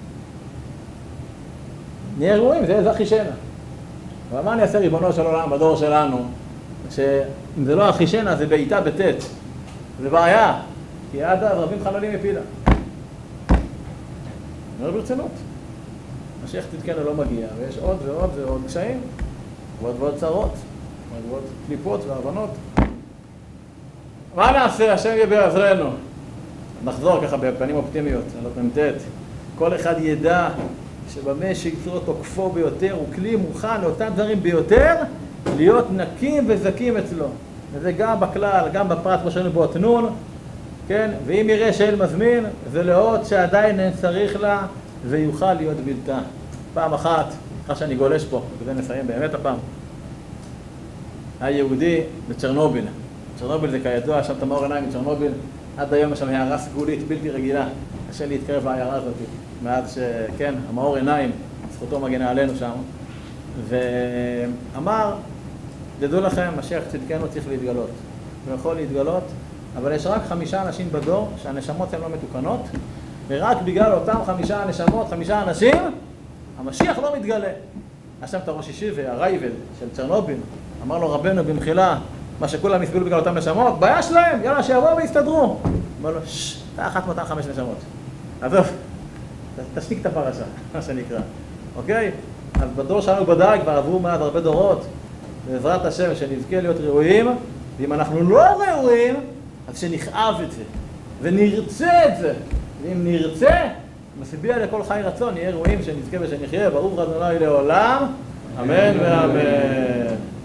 נהיה רואים, זה אחישנה. אבל מה אני אעשה ריבונו של עולם בדור שלנו, שאם זה לא אחישנה, זה בעיטה בטט. זה בעיה, כי עד אז רבים חללים מפילה. אומר ברצינות. משיח צדקנו לא מגיע, ויש עוד ועוד ועוד קשיים, ועוד ועוד צרות, ועוד קליפות והבנות. מה נעשה? השם יהיה בעזרנו. נחזור ככה בפנים אופטימיות, על מ"ט. כל אחד ידע שבמה שיצרו תוקפו ביותר, הוא כלי מוכן לאותם דברים ביותר, להיות נקים וזקים אצלו. וזה גם בכלל, גם בפרט כמו שהיינו באותנון, כן? ואם יראה שאל מזמין, זה לאות שעדיין אין צריך לה, ויוכל להיות בלתה. פעם אחת, אחרי שאני גולש פה, וכדי נסיים באמת הפעם, היהודי בצ'רנוביל. צ'רנוביל זה כידוע, שם את המאור עיניים מצ'רנוביל, עד היום יש שם הערה סגולית, בלתי רגילה. קשה להתקרב לעיירה הזאת, מאז שכן, המאור עיניים, זכותו מגנה עלינו שם. ואמר, תדעו לכם, משיח צדקנו צריך להתגלות. הוא יכול להתגלות, אבל יש רק 5 אנשים בדור שהנשמות הן לא מתוקנות, ורק בגלל אותם 5 נשמות, 5 אנשים, המשיח לא מתגלה. היה שם את הראש אישי והרייבל של צ'רנוביל, אמר לו רבנו במחילה, מה שכולם יסבלו בגלל אותם נשמות, בעיה שלהם, יאללה שיבואו ויסתדרו. אמר לו, אתה אחת מאותן 5 נשמות. עזוב, תשתיק את הפרשה, מה שנקרא. אוקיי? אז בדור שלנו בדאי כבר עברו מעט הרבה דורות, בעזרת השם שנזכה להיות ראויים, ואם אנחנו לא ראויים, אז שנכאב את זה, ונרצה את זה. ואם נרצה, מסיביע לכל חי רצון, נהיה ראויים שנזכה ושנחיה, ברוך ה' לעולם, אמן ואמן.